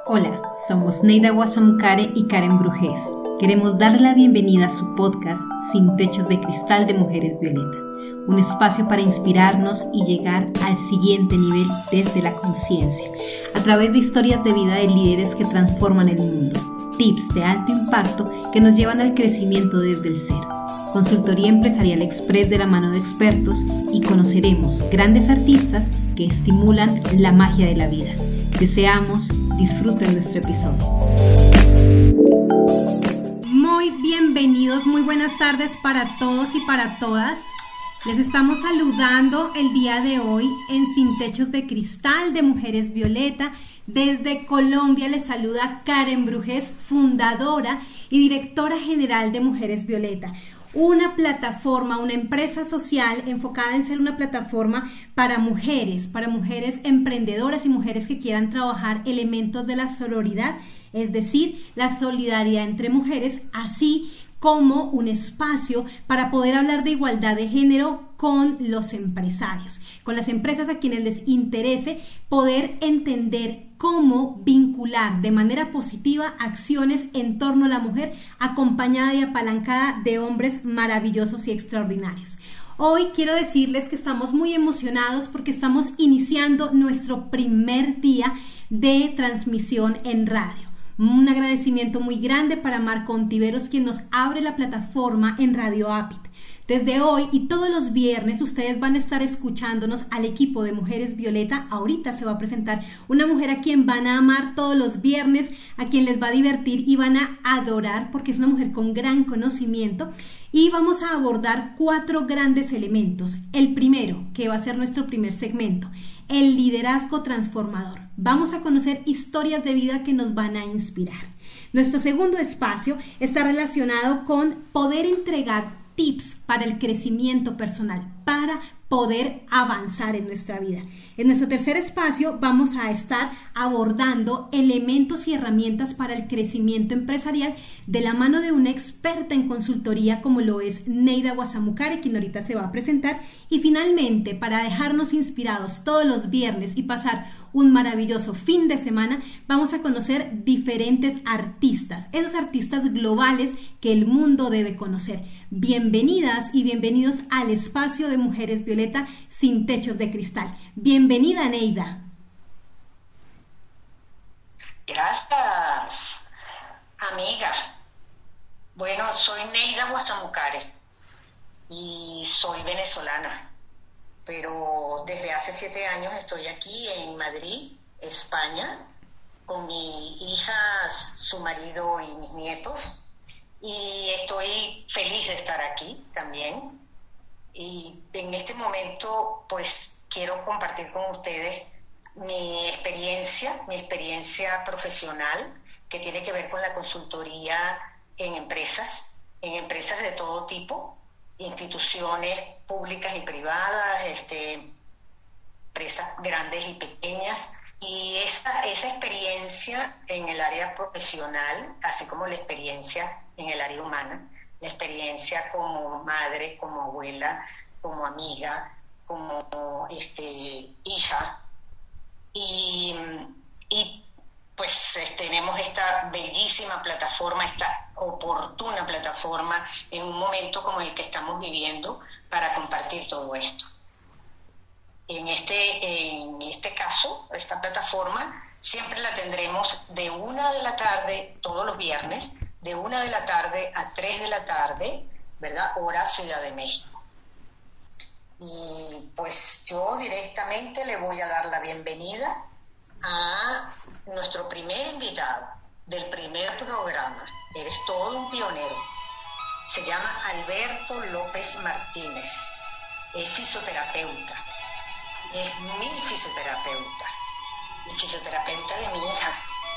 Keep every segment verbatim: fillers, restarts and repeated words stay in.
Hola, somos Neida Guasamucare y Karen Brujés. Queremos darle la bienvenida a su podcast Sin Techos de Cristal de Mujeres Violeta, un espacio para inspirarnos y llegar al siguiente nivel desde la conciencia, a través de historias de vida de líderes que transforman el mundo, tips de alto impacto que nos llevan al crecimiento desde el ser, consultoría empresarial express de la mano de expertos y conoceremos grandes artistas que estimulan la magia de la vida. Deseamos disfruten nuestro episodio. Muy bienvenidos, muy buenas tardes para todos y para todas. Les estamos saludando el día de hoy en Sin Techos de Cristal de Mujeres Violeta. Desde Colombia les saluda Karen Brujés, fundadora y directora general de Mujeres Violeta. Una plataforma, una empresa social enfocada en ser una plataforma para mujeres, para mujeres emprendedoras y mujeres que quieran trabajar elementos de la sororidad, es decir, la solidaridad entre mujeres, así como un espacio para poder hablar de igualdad de género con los empresarios, con las empresas a quienes les interese poder entender cómo vincular de manera positiva acciones en torno a la mujer acompañada y apalancada de hombres maravillosos y extraordinarios. Hoy quiero decirles que estamos muy emocionados porque estamos iniciando nuestro primer día de transmisión en radio. Un agradecimiento muy grande para Marco Ontiveros, quien nos abre la plataforma en Radio Apit. Desde hoy y todos los viernes ustedes van a estar escuchándonos al equipo de Mujeres Violeta. Ahorita se va a presentar una mujer a quien van a amar todos los viernes, a quien les va a divertir y van a adorar porque es una mujer con gran conocimiento. Y vamos a abordar cuatro grandes elementos. El primero, que va a ser nuestro primer segmento, el liderazgo transformador. Vamos a conocer historias de vida que nos van a inspirar. Nuestro segundo espacio está relacionado con poder entregar tips para el crecimiento personal, para poder avanzar en nuestra vida. En nuestro tercer espacio vamos a estar abordando elementos y herramientas para el crecimiento empresarial de la mano de una experta en consultoría como lo es Neida Guasamucare, quien ahorita se va a presentar. Y finalmente, para dejarnos inspirados todos los viernes y pasar un maravilloso fin de semana, vamos a conocer diferentes artistas, esos artistas globales que el mundo debe conocer. Bienvenidas y bienvenidos al espacio de Mujeres Violeta Sin Techos de Cristal. Bienvenida, Neida. Gracias, amiga. Bueno, soy Neida Guasamucare y soy venezolana, pero desde hace siete años estoy aquí en Madrid, España, con mis hijas, su marido y mis nietos, y estoy feliz de estar aquí también. Y en este momento, pues, quiero compartir con ustedes mi experiencia, mi experiencia profesional, que tiene que ver con la consultoría en empresas, en empresas de todo tipo, instituciones públicas y privadas, este, empresas grandes y pequeñas. Y esa, esa experiencia en el área profesional, así como la experiencia en el área humana, la experiencia como madre, como abuela, como amiga, como este, hija. Y, y pues tenemos esta bellísima plataforma, esta oportuna plataforma en un momento como el que estamos viviendo para compartir todo esto. En este, en este caso, esta plataforma siempre la tendremos de una de la tarde todos los viernes, de una de la tarde a tres de la tarde, ¿verdad? Hora Ciudad de México. Y pues yo directamente le voy a dar la bienvenida a nuestro primer invitado del primer programa. Eres todo un pionero. Se llama Alberto López Martínez. Es fisioterapeuta. Es mi fisioterapeuta. Y fisioterapeuta de mi hija.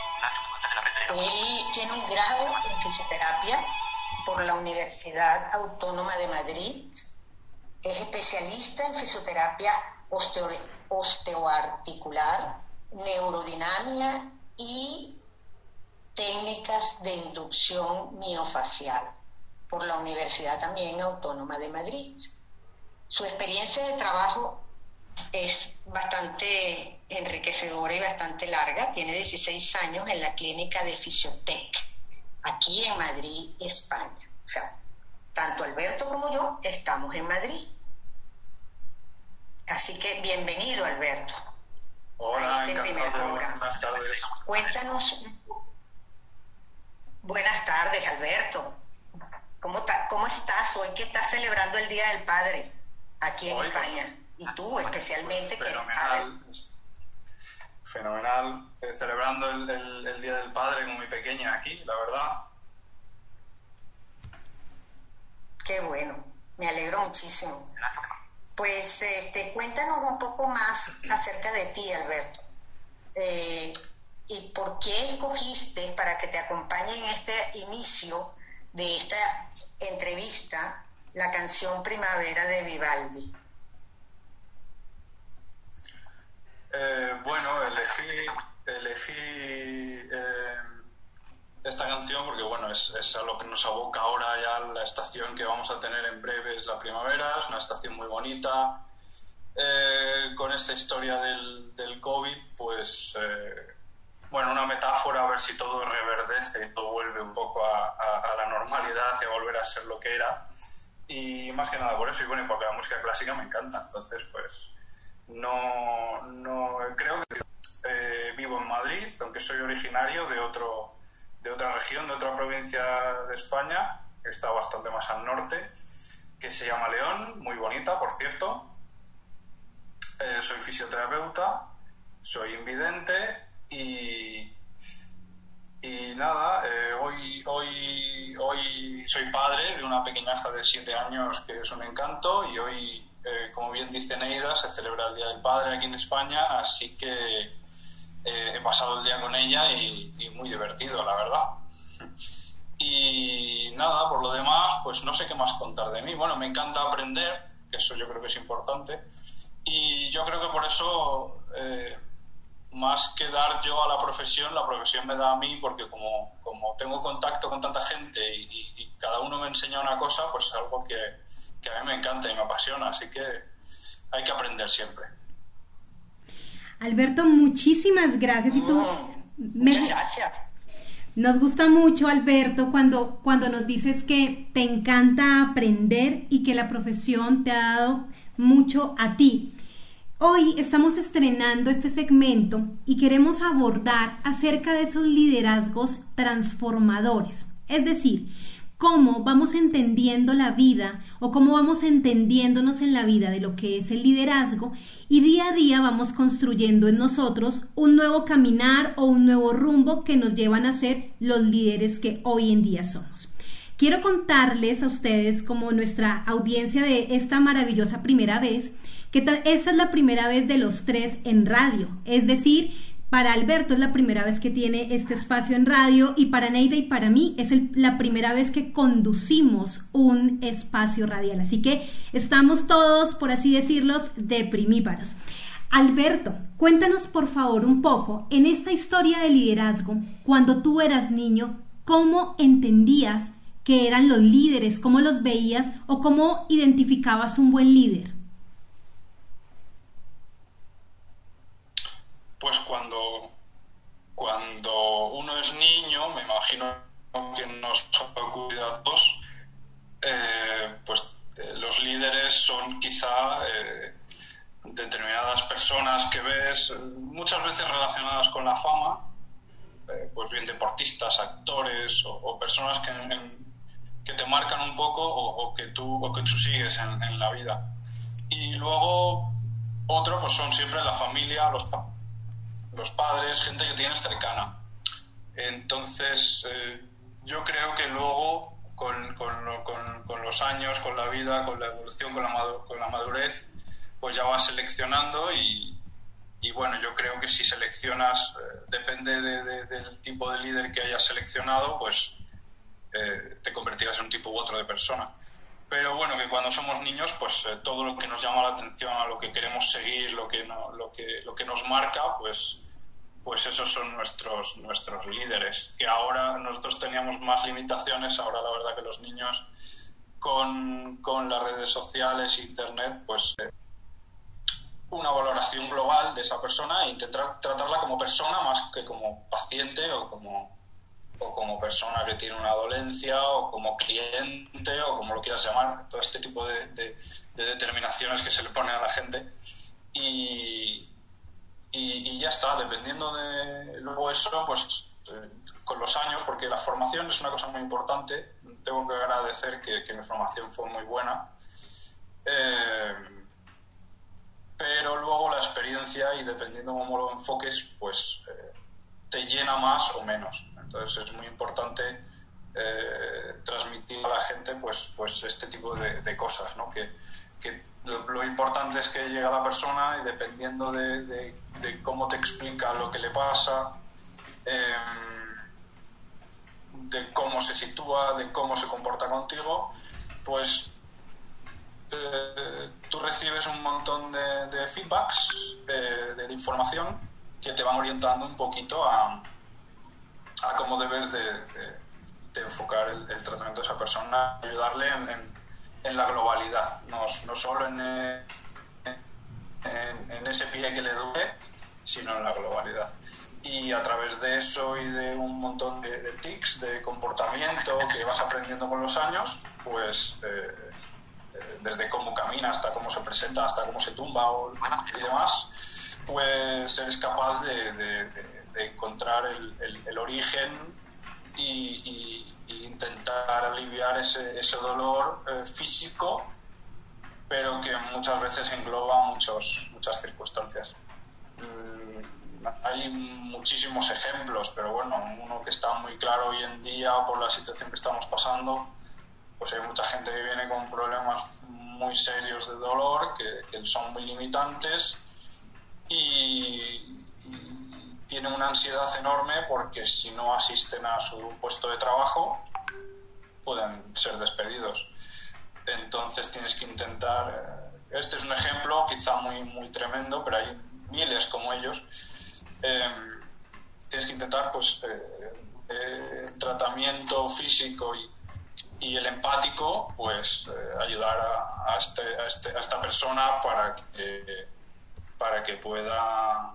Él tiene un grado en fisioterapia por la Universidad Autónoma de Madrid. Es especialista en fisioterapia osteo- osteoarticular, neurodinamia y técnicas de inducción miofacial por la Universidad también Autónoma de Madrid. Su experiencia de trabajo Es bastante enriquecedora y bastante larga. Tiene dieciséis años en la clínica de Fisiotec, aquí en Madrid, España. O sea, tanto Alberto como yo estamos en Madrid. Así que bienvenido, Alberto. Hola, a este primer programa. Buenas tardes. Cuéntanos. Buenas tardes, Alberto. ¿Cómo, ta, ¿Cómo estás hoy que estás celebrando el Día del Padre aquí en hoy, España? Pues, y tú especialmente, pues, que eres fenomenal, padre. Fenomenal. Eh, celebrando el, el, el Día del Padre con mi pequeña aquí, la verdad. Qué bueno, me alegro muchísimo. Pues este, cuéntanos un poco más acerca de ti, Alberto. Eh, y por qué escogiste para que te acompañe en este inicio de esta entrevista la canción Primavera de Vivaldi. Eh, bueno, elegí, elegí eh, esta canción porque bueno, es, es a lo que nos aboca ahora ya la estación que vamos a tener en breve, es la primavera, es una estación muy bonita. Eh, con esta historia del, del COVID, pues eh, bueno, una metáfora a ver si todo reverdece y todo vuelve un poco a, a, a la normalidad y a volver a ser lo que era. Y más que nada por eso, y bueno, porque la música clásica me encanta, entonces pues no, no creo que eh, vivo en Madrid, aunque soy originario de otro de otra región, de otra provincia de España, que está bastante más al norte, que se llama León, muy bonita, por cierto. Eh, soy fisioterapeuta, soy invidente y, y nada, eh, hoy, hoy, hoy soy padre de una pequeñaja de siete años que es un encanto y hoy, eh, como bien dice Neida, se celebra el Día del Padre aquí en España, así que eh, he pasado el día con ella y, y muy divertido, la verdad. Y nada, por lo demás, pues no sé qué más contar de mí. Bueno, me encanta aprender, que eso yo creo que es importante. Y yo creo que por eso, eh, más que dar yo a la profesión, la profesión me da a mí, porque como, como tengo contacto con tanta gente y, y, y cada uno me enseña una cosa, pues es algo que, que a mí me encanta y me apasiona, así que hay que aprender siempre. Alberto, muchísimas gracias. Y tú, Mm, me, muchas gracias. nos gusta mucho, Alberto, cuando, cuando nos dices que te encanta aprender y que la profesión te ha dado mucho a ti. Hoy estamos estrenando este segmento y queremos abordar acerca de esos liderazgos transformadores, es decir, cómo vamos entendiendo la vida o cómo vamos entendiéndonos en la vida de lo que es el liderazgo y día a día vamos construyendo en nosotros un nuevo caminar o un nuevo rumbo que nos llevan a ser los líderes que hoy en día somos. Quiero contarles a ustedes, como nuestra audiencia de esta maravillosa primera vez, que esta es la primera vez de los tres en radio, es decir, para Alberto es la primera vez que tiene este espacio en radio y para Neida y para mí es el, la primera vez que conducimos un espacio radial, así que estamos todos, por así decirlos, deprimíparos. Alberto, cuéntanos por favor un poco, en esta historia de liderazgo, cuando tú eras niño, ¿cómo entendías que eran los líderes? ¿Cómo los veías o cómo identificabas un buen líder? Pues cuando, cuando uno es niño, me imagino que nos ocurre a todos, eh, pues eh, los líderes son quizá eh, determinadas personas que ves, muchas veces relacionadas con la fama, eh, pues bien deportistas, actores o, o personas que, en, que te marcan un poco o, o, que, tú, o que tú sigues en, en la vida. Y luego otro pues son siempre la familia, los padres. los padres, gente que tienes cercana. Entonces, eh, yo creo que luego, con, con, con, con los años, con la vida, con la evolución, con la, madu- con la madurez, pues ya vas seleccionando y, y bueno, yo creo que si seleccionas, eh, depende de, de, del tipo de líder que hayas seleccionado, pues eh, te convertirás en un tipo u otro de persona. Pero bueno, que cuando somos niños, pues eh, todo lo que nos llama la atención, a lo que queremos seguir, lo que, no, lo que, lo que nos marca, pues, pues esos son nuestros, nuestros líderes. Que ahora nosotros teníamos más limitaciones, ahora la verdad que los niños con, con las redes sociales, internet, pues eh, una valoración global de esa persona e intentar tratarla como persona más que como paciente o como, o como persona que tiene una dolencia o como cliente o como lo quieras llamar, todo este tipo de, de, de determinaciones que se le ponen a la gente. Y, y, y ya está, dependiendo de luego eso, pues eh, con los años, porque la formación es una cosa muy importante, tengo que agradecer que, que mi formación fue muy buena, eh, pero luego la experiencia, y dependiendo cómo lo enfoques, pues eh, te llena más o menos. Entonces es muy importante eh, transmitir a la gente pues, pues este tipo de, de cosas, ¿no? Que, que lo, lo importante es que llega la persona y dependiendo de, de, de cómo te explica lo que le pasa, eh, de cómo se sitúa, de cómo se comporta contigo, pues eh, tú recibes un montón de, de feedbacks, eh, de, de información que te van orientando un poquito a, a cómo debes de, de, de enfocar el, el tratamiento de esa persona, ayudarle en, en, en la globalidad, no, no solo en, en, en ese pie que le duele, sino en la globalidad. Y a través de eso y de un montón de, de tics, de comportamiento que vas aprendiendo con los años, pues eh, eh, desde cómo camina hasta cómo se presenta, hasta cómo se tumba o, y demás, pues eres capaz de, de, de, de encontrar el, el, el origen y, y, y intentar aliviar ese, ese dolor eh, físico, pero que muchas veces engloba muchos, muchas circunstancias. Hay muchísimos ejemplos, pero bueno, uno que está muy claro hoy en día por la situación que estamos pasando, pues hay mucha gente que viene con problemas muy serios de dolor, que, que son muy limitantes y, y tienen una ansiedad enorme porque si no asisten a su puesto de trabajo pueden ser despedidos. Entonces tienes que intentar, este es un ejemplo quizá muy, muy tremendo, pero hay miles como ellos. Eh, tienes que intentar pues eh, eh, el tratamiento físico y, y el empático pues eh, ayudar a, a, este, a, este, a esta persona para que, para que pueda,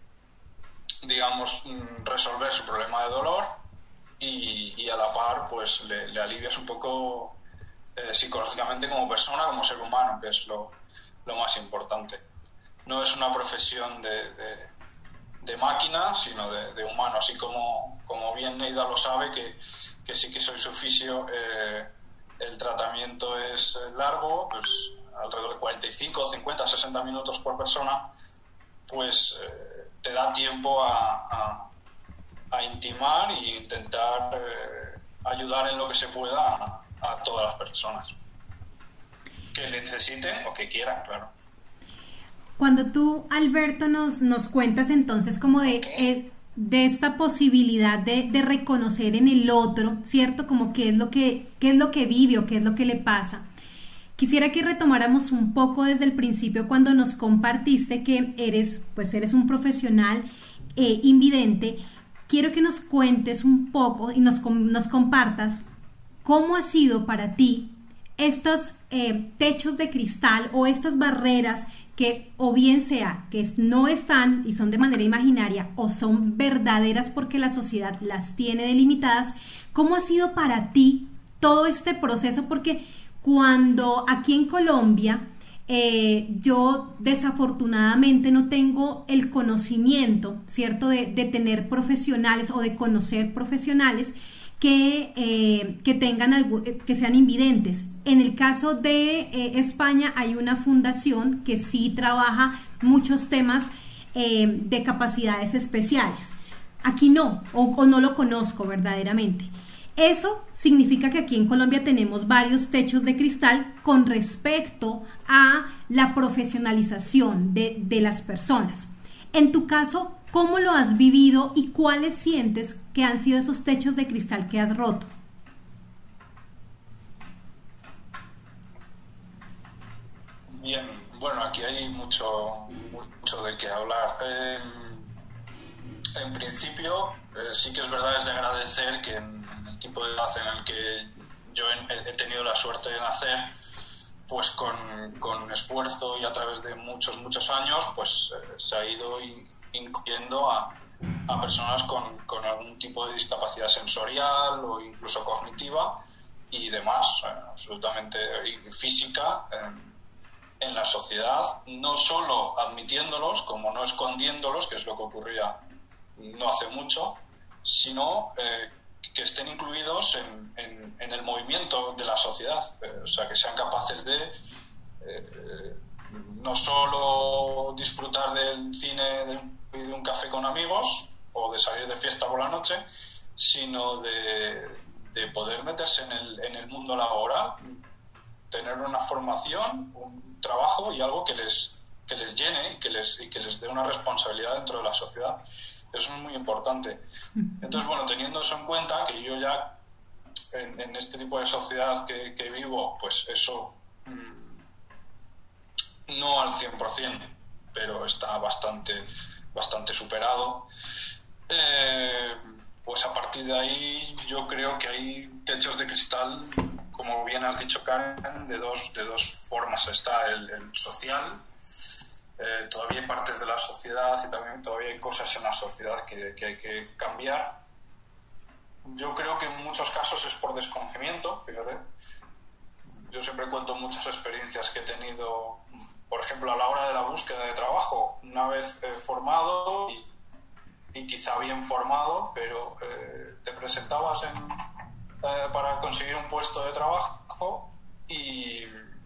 digamos, resolver su problema de dolor y, y a la par pues le, le alivias un poco eh, psicológicamente como persona, como ser humano, que es lo, lo más importante. No es una profesión de, de de máquina, sino de, de humano, así como, como bien Neida lo sabe, que, que sí que soy su fisio, eh, el tratamiento es largo, pues alrededor de cuarenta y cinco, cincuenta, sesenta minutos por persona, pues eh, te da tiempo a, a, a intimar e intentar eh, ayudar en lo que se pueda a, a todas las personas que necesiten o que quieran, claro. Cuando tú, Alberto, nos, nos cuentas entonces como de, eh, de esta posibilidad de, de reconocer en el otro, ¿cierto? Como qué es lo que, qué es lo que vive o qué es lo que le pasa. Quisiera que retomáramos un poco desde el principio cuando nos compartiste que eres, pues eres un profesional eh, invidente. Quiero que nos cuentes un poco y nos, nos compartas cómo ha sido para ti estos eh, techos de cristal o estas barreras que o bien sea que no están y son de manera imaginaria o son verdaderas porque la sociedad las tiene delimitadas. ¿Cómo ha sido para ti todo este proceso? Porque cuando aquí en Colombia eh, yo desafortunadamente no tengo el conocimiento, ¿cierto?, de, de tener profesionales o de conocer profesionales que, eh, que tengan algo, que sean invidentes. En el caso de eh, España hay una fundación que sí trabaja muchos temas eh, de capacidades especiales. Aquí no, o, o no lo conozco verdaderamente. Eso significa que aquí en Colombia tenemos varios techos de cristal con respecto a la profesionalización de, de las personas. En tu caso, ¿cómo lo has vivido y cuáles sientes que han sido esos techos de cristal que has roto? Bien, bueno, aquí hay mucho, mucho de qué hablar. Eh, en principio, eh, sí que es verdad, es de agradecer que en, en el tipo de edad en el que yo he, he tenido la suerte de nacer, pues con, con esfuerzo y a través de muchos, muchos años, pues eh, se ha ido incluyendo a, a personas con, con algún tipo de discapacidad sensorial o incluso cognitiva y demás, eh, absolutamente y física, eh, en la sociedad, no solo admitiéndolos, como no escondiéndolos, que es lo que ocurría no hace mucho, sino eh, que estén incluidos en, en, en el movimiento de la sociedad, eh, o sea, que sean capaces de eh, no solo disfrutar del cine de, de un café con amigos o de salir de fiesta por la noche, sino de, de poder meterse en el, en el mundo laboral, tener una formación, un trabajo y algo que les, que les llene y que les, y que les dé una responsabilidad dentro de la sociedad. Eso es muy importante. Entonces, bueno, teniendo eso en cuenta, que yo ya en, en este tipo de sociedad que, que vivo, pues eso mmm, no al cien por ciento, pero está bastante, bastante superado. Eh, pues a partir de ahí yo creo que hay techos de cristal, como bien has dicho, Karen, de dos, de dos formas. Está el, el social. Eh, todavía hay partes de la sociedad y también todavía hay cosas en la sociedad que, que hay que cambiar. Yo creo que en muchos casos es por desconocimiento, fíjate. Yo siempre cuento muchas experiencias que he tenido, por ejemplo, a la hora de la búsqueda de trabajo, una vez eh, formado y, y quizá bien formado, pero eh, te presentabas en, eh, para conseguir un puesto de trabajo y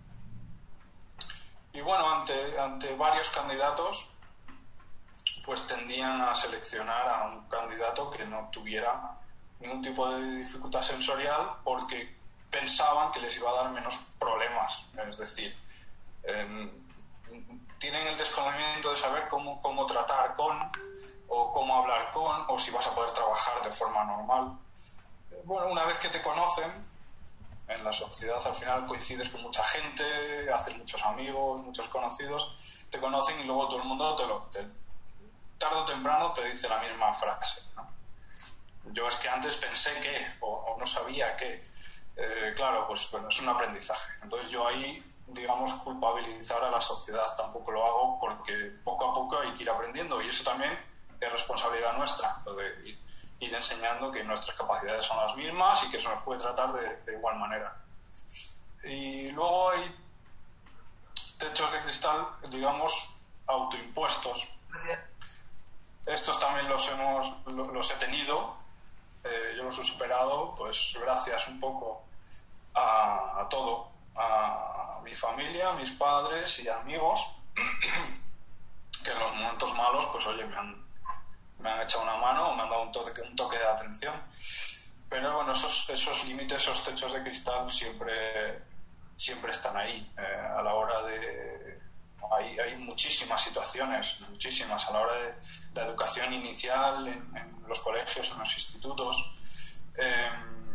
Y bueno, ante, ante varios candidatos, pues tendían a seleccionar a un candidato que no tuviera ningún tipo de dificultad sensorial porque pensaban que les iba a dar menos problemas. Es decir, eh, tienen el desconocimiento de saber cómo, cómo tratar con, o cómo hablar con, o si vas a poder trabajar de forma normal. Bueno, una vez que te conocen, en la sociedad al final coincides con mucha gente, haces muchos amigos, muchos conocidos, te conocen y luego todo el mundo te lo, te, tarde o temprano te dice la misma frase, ¿no? Yo es que antes pensé que, o, o no sabía que, eh, claro, pues bueno, es un aprendizaje. Entonces yo ahí, digamos, culpabilizar a la sociedad tampoco lo hago porque poco a poco hay que ir aprendiendo y eso también es responsabilidad nuestra, lo de ir, ir enseñando que nuestras capacidades son las mismas y que se nos puede tratar de, de igual manera. Y luego hay techos de cristal, digamos, autoimpuestos. Estos también los hemos los he tenido, eh, yo los he superado, pues gracias un poco a, a todo, a mi familia, a mis padres y amigos, que en los momentos malos, pues oye, me han me han echado una mano o me han dado un toque, un toque de atención. Pero bueno, esos, esos límites, esos techos de cristal siempre, siempre están ahí. Eh, a la hora de... Hay, hay muchísimas situaciones, muchísimas, a la hora de la educación inicial, en, en los colegios, en los institutos. Eh,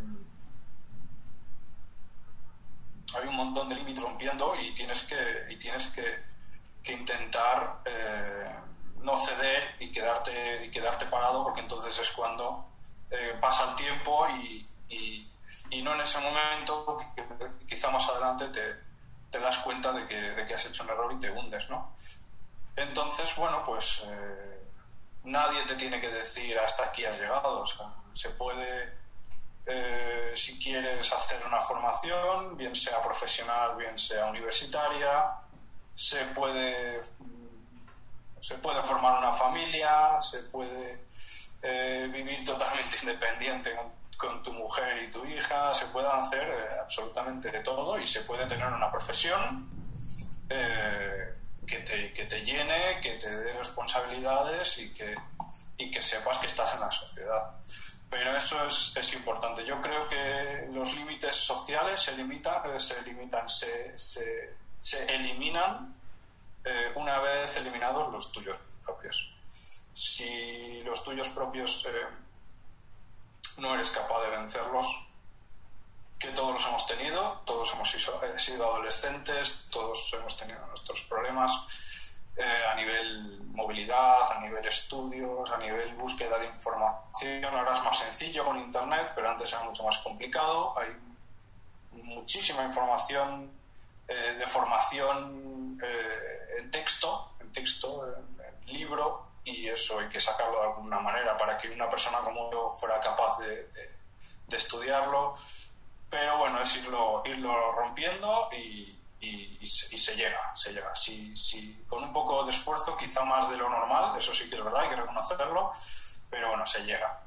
hay un montón de límites rompiendo y tienes que, y tienes que, que intentar... Eh, no ceder y quedarte y quedarte parado, porque entonces es cuando eh, pasa el tiempo y, y, y no en ese momento, quizá más adelante te, te das cuenta de que, de que has hecho un error y te hundes, ¿no? Entonces, bueno, pues eh, nadie te tiene que decir hasta aquí has llegado. O sea, se puede, eh, si quieres hacer una formación, bien sea profesional, bien sea universitaria, se puede Se puede formar una familia, se puede eh, vivir totalmente independiente con, con tu mujer y tu hija, se puede hacer eh, absolutamente de todo y se puede tener una profesión eh, que, te, que te llene, que te dé responsabilidades y que, y que sepas que estás en la sociedad. Pero eso es, es importante. Yo creo que los límites sociales se limitan, se, limitan, se, se, se eliminan Eh, una vez eliminados los tuyos propios. Si los tuyos propios eh, no eres capaz de vencerlos, que todos los hemos tenido, todos hemos sido, eh, sido adolescentes, todos hemos tenido nuestros problemas eh, a nivel movilidad, a nivel estudios, a nivel búsqueda de información. Ahora es más sencillo con internet, pero antes era mucho más complicado. Hay muchísima información eh, de formación eh, en texto, en texto, en, en libro, y eso hay que sacarlo de alguna manera para que una persona como yo fuera capaz de, de, de estudiarlo. Pero bueno, es irlo, irlo rompiendo y, y, y, se, y se llega, se llega. Si, si, con un poco de esfuerzo, quizá más de lo normal, eso sí que es verdad, hay que reconocerlo, pero bueno, se llega.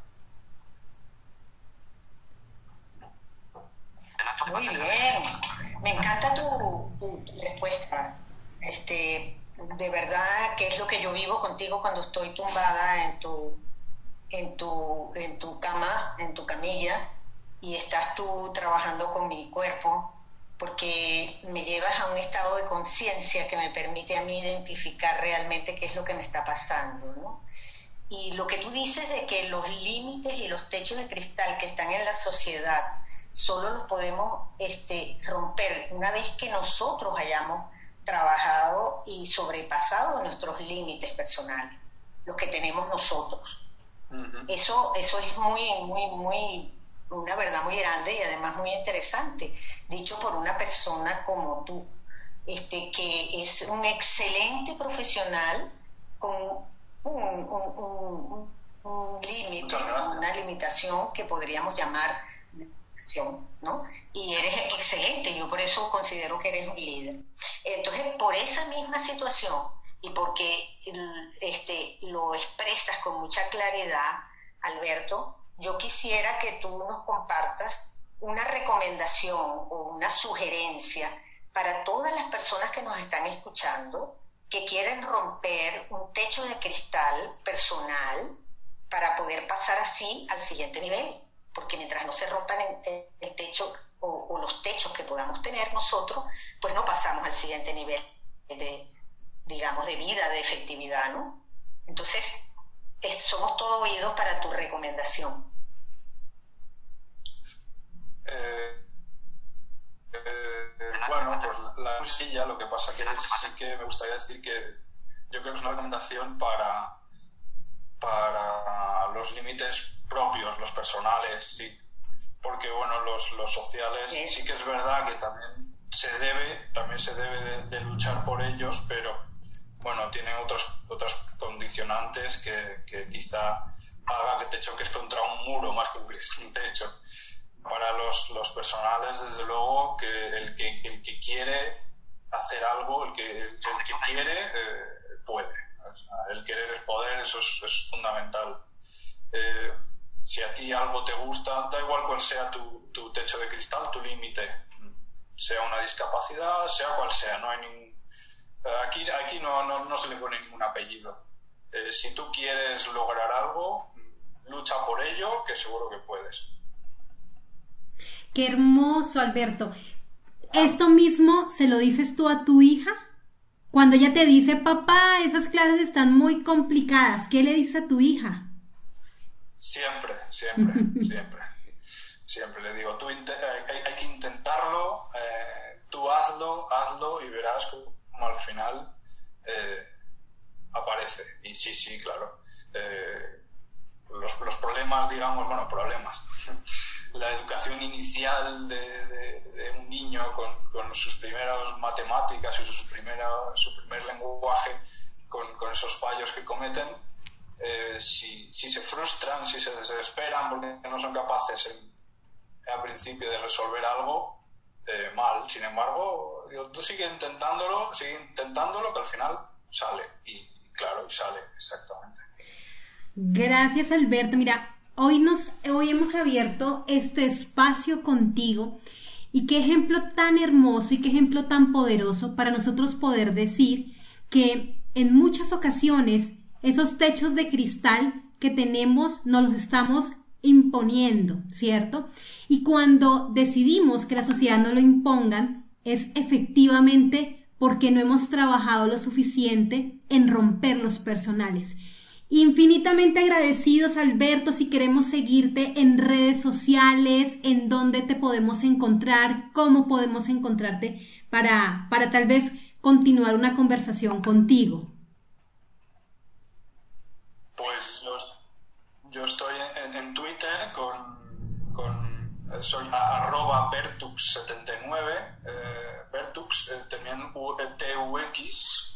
Muy bien, me encanta tu, tu, tu respuesta. Este, de verdad que es lo que yo vivo contigo cuando estoy tumbada en tu, en tu, en tu cama, en tu camilla, y estás tú trabajando con mi cuerpo, porque me llevas a un estado de conciencia que me permite a mí identificar realmente qué es lo que me está pasando, ¿no? Y lo que tú dices de que los límites y los techos de cristal que están en la sociedad solo los podemos este, romper una vez que nosotros hayamos trabajado y sobrepasado nuestros límites personales, los que tenemos nosotros. Uh-huh. Eso, eso es muy, muy, muy, una verdad muy grande y además muy interesante, dicho por una persona como tú, este, que es un excelente profesional con un, un, un, un límite, una limitación que podríamos llamar, ¿no? Y eres excelente, yo por eso considero que eres un líder. Entonces, por esa misma situación y porque este, lo expresas con mucha claridad, Alberto, yo quisiera que tú nos compartas una recomendación o una sugerencia para todas las personas que nos están escuchando que quieren romper un techo de cristal personal para poder pasar así al siguiente nivel. Porque mientras no se rompan el techo o, o los techos que podamos tener nosotros, pues no pasamos al siguiente nivel de, digamos, de vida, de efectividad, ¿no? Entonces, es, somos todo oídos para tu recomendación. Eh, eh, bueno, pues la musilla, lo que pasa que sí que me gustaría decir que yo creo que es una recomendación para, para los límites propios, los personales, sí, porque bueno, los, los sociales sí. sí que es verdad que también se debe, también se debe de, de luchar por ellos, pero bueno, tienen otros, otros condicionantes que, que quizá haga que te choques contra un muro más que un techo. Para los, los personales, desde luego, que el que, el que quiere hacer algo, el que, el que quiere, eh, puede. O sea, el querer es poder, eso es, es fundamental. Eh, si a ti algo te gusta, da igual cuál sea tu, tu techo de cristal, tu límite, sea una discapacidad, sea cual sea, no hay ningún, aquí, aquí no, no, no se le pone ningún apellido. Eh, si tú quieres lograr algo, lucha por ello, que seguro que puedes. Qué hermoso, Alberto. ¿Esto mismo se lo dices tú a tu hija? Cuando ella te dice, papá, esas clases están muy complicadas, ¿qué le dices a tu hija? Siempre, siempre, siempre. Siempre le digo, tú inte- hay, hay que intentarlo, eh, tú hazlo, hazlo y verás cómo al final eh, aparece. Y sí, sí, claro. Eh, los, los problemas, digamos, bueno, problemas. La educación inicial de, de, de un niño con, con sus primeras matemáticas y sus primeras, su primer lenguaje, con, con esos fallos que cometen, eh, si, si se frustran, si se desesperan porque no son capaces en, al principio de resolver algo, eh, mal. Sin embargo, digo, tú sigue intentándolo, sigue intentándolo, que al final sale. Y claro, y sale, exactamente. Gracias, Alberto. Mira, hoy, nos, hoy hemos abierto este espacio contigo y qué ejemplo tan hermoso y qué ejemplo tan poderoso para nosotros poder decir que en muchas ocasiones esos techos de cristal que tenemos nos los estamos imponiendo, ¿cierto? Y cuando decidimos que la sociedad no lo impongan, es efectivamente porque no hemos trabajado lo suficiente en romper los personales. Infinitamente agradecidos, Alberto. Si queremos seguirte en redes sociales, en dónde te podemos encontrar, cómo podemos encontrarte para, para tal vez continuar una conversación contigo. Pues yo, yo estoy en, en Twitter con, con soy a, arroba Bertux setenta y nueve, eh, Bertux Tux, eh, también T U X.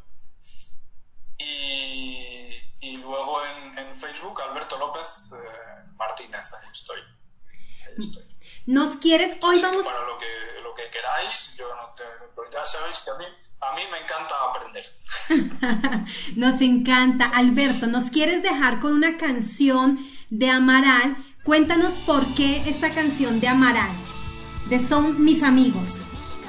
Y, y luego en, en Facebook, Alberto López eh, Martínez, ahí estoy. Ahí estoy. ¿Nos quieres? Hoy Así vamos... que para lo que, lo que queráis, yo no te, pues ya sabéis que a mí, a mí me encanta aprender. Nos encanta. Alberto, ¿nos quieres dejar con una canción de Amaral? Cuéntanos por qué esta canción de Amaral, de Son Mis Amigos.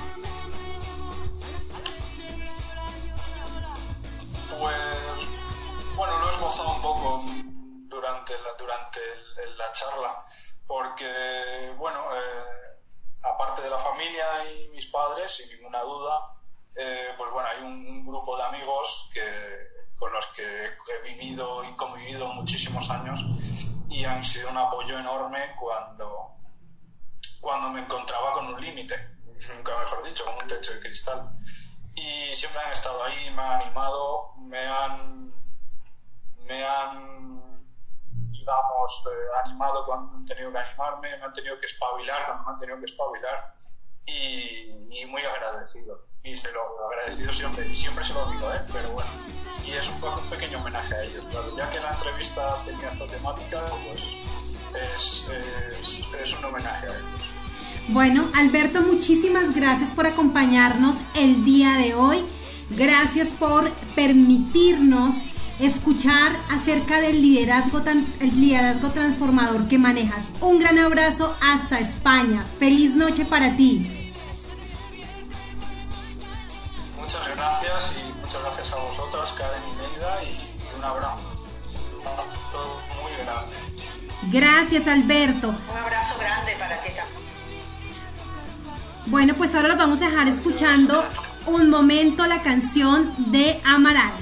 Pues, bueno, lo he esbozado un poco durante la, durante el, la charla, porque, bueno, eh, aparte de la familia y mis padres, sin ninguna duda, eh, pues bueno, hay un, un grupo de amigos que, con los que he vivido y convivido muchísimos años y han sido un apoyo enorme cuando, cuando me encontraba con un límite, nunca mejor dicho, con un techo de cristal. Y siempre han estado ahí, me han animado, me han, me han digamos, eh, animado cuando han tenido que animarme, me han tenido que espabilar cuando me han tenido que espabilar, y, y muy agradecido. Y se lo agradecido siempre, y siempre se lo digo, ¿eh? Pero bueno, y es un, poco, un pequeño homenaje a ellos, claro. Ya que la entrevista tenía esta temática, pues es, es, es un homenaje a ellos. Bueno, Alberto, muchísimas gracias por acompañarnos el día de hoy. Gracias por permitirnos escuchar acerca del liderazgo, tan, el liderazgo transformador que manejas. Un gran abrazo hasta España. Feliz noche para ti. Muchas gracias y muchas gracias a vosotras, Karen y Neida, y un abrazo muy grande. Gracias, Alberto. Un abrazo grande para ti también. Bueno, pues ahora los vamos a dejar escuchando un momento la canción de Amaral.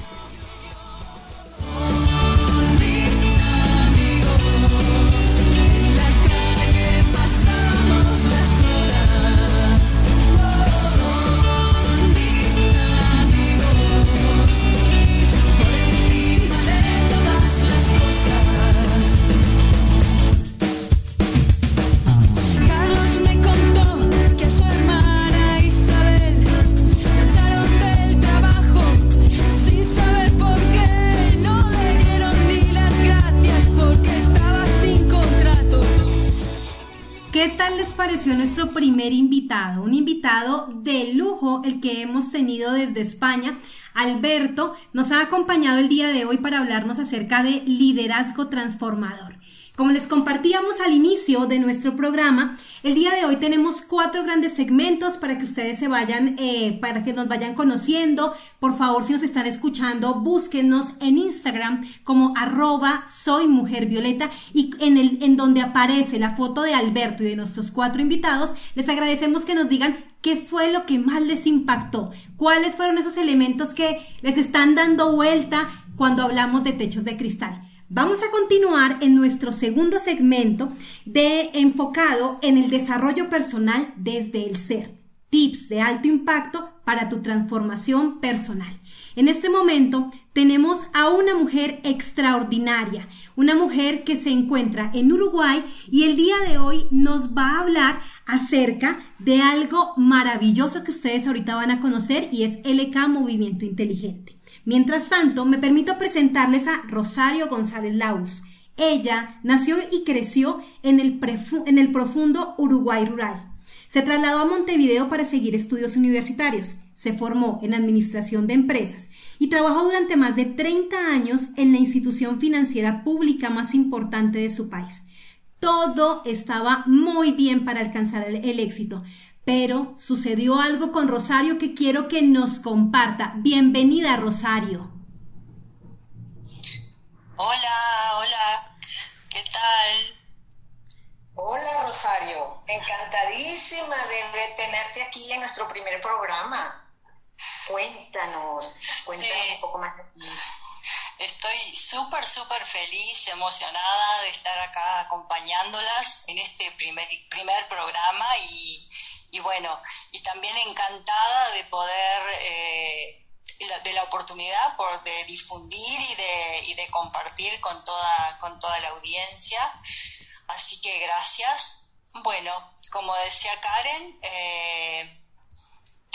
¿Qué tal les pareció nuestro primer invitado? Un invitado de lujo, el que hemos tenido desde España. Alberto nos ha acompañado el día de hoy para hablarnos acerca de liderazgo transformador. Como les compartíamos al inicio de nuestro programa, el día de hoy tenemos cuatro grandes segmentos para que ustedes se vayan, eh, para que nos vayan conociendo. Por favor, si nos están escuchando, búsquenos en Instagram como arroba soy mujer violeta, y en, el, en donde aparece la foto de Alberto y de nuestros cuatro invitados, les agradecemos que nos digan qué fue lo que más les impactó, cuáles fueron esos elementos que les están dando vuelta cuando hablamos de techos de cristal. Vamos a continuar en nuestro segundo segmento de enfocado en el desarrollo personal desde el ser. Tips de alto impacto para tu transformación personal. En este momento tenemos a una mujer extraordinaria, una mujer que se encuentra en Uruguay y el día de hoy nos va a hablar acerca de algo maravilloso que ustedes ahorita van a conocer, y es L K Movimiento Inteligente. Mientras tanto, me permito presentarles a Rosario González Laus. Ella nació y creció en el, prefu- en el profundo Uruguay rural. Se trasladó a Montevideo para seguir estudios universitarios. Se formó en administración de empresas y trabajó durante más de treinta años en la institución financiera pública más importante de su país. Todo estaba muy bien para alcanzar el, el éxito. Pero sucedió algo con Rosario que quiero que nos comparta. Bienvenida, Rosario. Hola, hola, ¿qué tal? Hola, Rosario, encantadísima de tenerte aquí en nuestro primer programa. Cuéntanos, cuéntanos sí. un poco más de ti. Estoy súper, súper feliz, emocionada de estar acá acompañándolas en este primer, primer programa y Y bueno, y también encantada de poder, eh, de la oportunidad por, de difundir y de, y de compartir con toda, con toda la audiencia. Así que gracias. Bueno, como decía Karen, eh,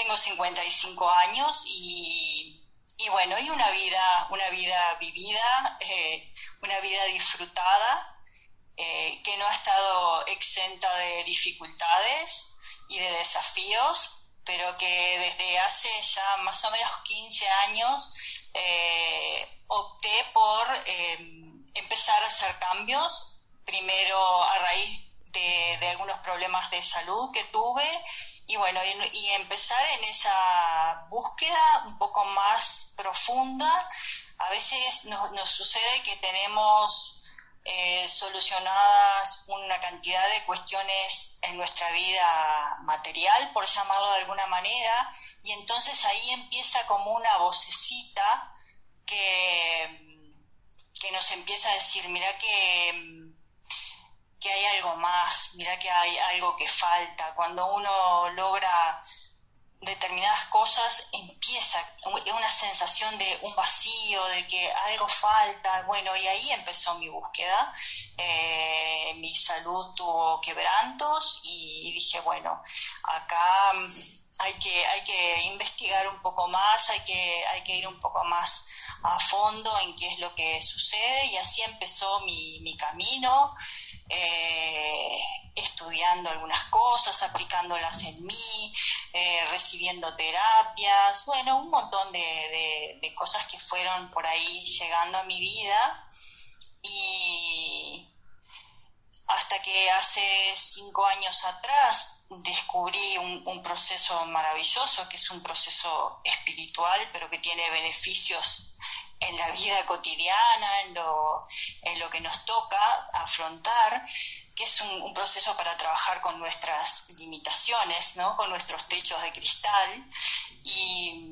tengo cincuenta y cinco años y, y bueno, y una vida, una vida vivida, eh, una vida disfrutada, eh, que no ha estado exenta de dificultades y de desafíos, pero que desde hace ya más o menos quince años eh, opté por eh, empezar a hacer cambios, primero a raíz de, de algunos problemas de salud que tuve, y bueno, y, y empezar en esa búsqueda un poco más profunda. A veces nos, nos sucede que tenemos Eh, solucionadas una cantidad de cuestiones en nuestra vida material, por llamarlo de alguna manera, y entonces ahí empieza como una vocecita que, que nos empieza a decir, mira que, que hay algo más, mira que hay algo que falta. Cuando uno logra determinadas cosas, empieza una sensación de un vacío, de que algo falta. Bueno, y ahí empezó mi búsqueda. Eh, mi salud tuvo quebrantos y dije, bueno, acá hay que, hay que investigar un poco más, hay que, hay que ir un poco más a fondo en qué es lo que sucede, y así empezó mi, mi camino. Eh, estudiando algunas cosas, aplicándolas en mí, eh, recibiendo terapias, bueno, un montón de, de, de cosas que fueron por ahí llegando a mi vida, y hasta que hace cinco años atrás descubrí un, un proceso maravilloso, que es un proceso espiritual, pero que tiene beneficios en la vida cotidiana, en lo, en lo que nos toca afrontar, que es un, un proceso para trabajar con nuestras limitaciones, ¿no? Con nuestros techos de cristal. Y,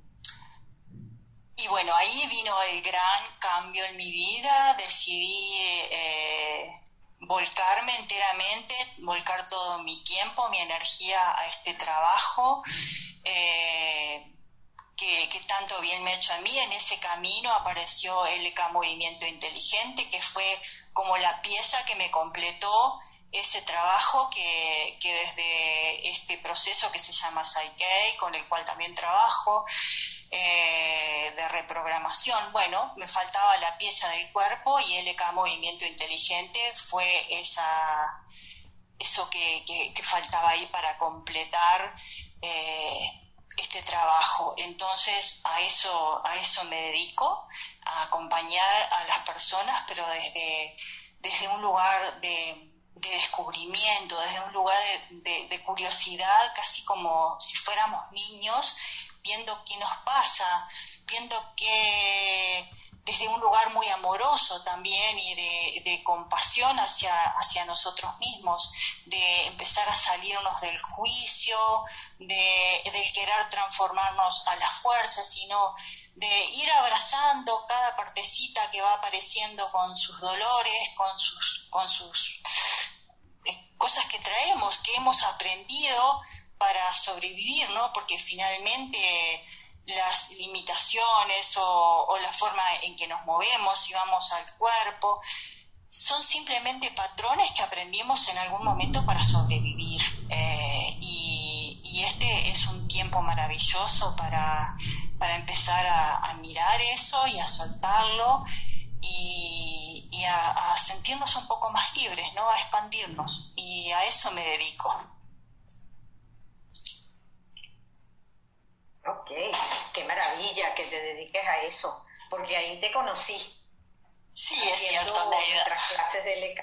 y bueno, ahí vino el gran cambio en mi vida. Decidí eh, volcarme enteramente, volcar todo mi tiempo, mi energía a este trabajo, eh, Que, que tanto bien me ha hecho a mí. En ese camino apareció L K Movimiento Inteligente, que fue como la pieza que me completó ese trabajo que, que desde este proceso que se llama Psyche, con el cual también trabajo, eh, de reprogramación, bueno, me faltaba la pieza del cuerpo, y L K Movimiento Inteligente fue esa, eso que, que, que faltaba ahí para completar eh, este trabajo. Entonces a eso, a eso me dedico, a acompañar a las personas, pero desde, desde un lugar de, de descubrimiento, desde un lugar de, de, de curiosidad, casi como si fuéramos niños, viendo qué nos pasa, viendo que desde un lugar muy amoroso también, y de, de compasión hacia, hacia nosotros mismos, de empezar a salirnos del juicio, de, de querer transformarnos a la fuerza, sino de ir abrazando cada partecita que va apareciendo con sus dolores, con sus, con sus eh, cosas que traemos, que hemos aprendido para sobrevivir, ¿no? Porque finalmente las limitaciones o, o la forma en que nos movemos, si vamos al cuerpo, son simplemente patrones que aprendimos en algún momento para sobrevivir. Eh, y, y este es un tiempo maravilloso para, para empezar a, a mirar eso y a soltarlo, y, y a, a sentirnos un poco más libres, ¿no? A expandirnos. Y a eso me dedico. Ok, qué maravilla que te dediques a eso, porque ahí te conocí. Sí, es cierto, nuestras clases de L K.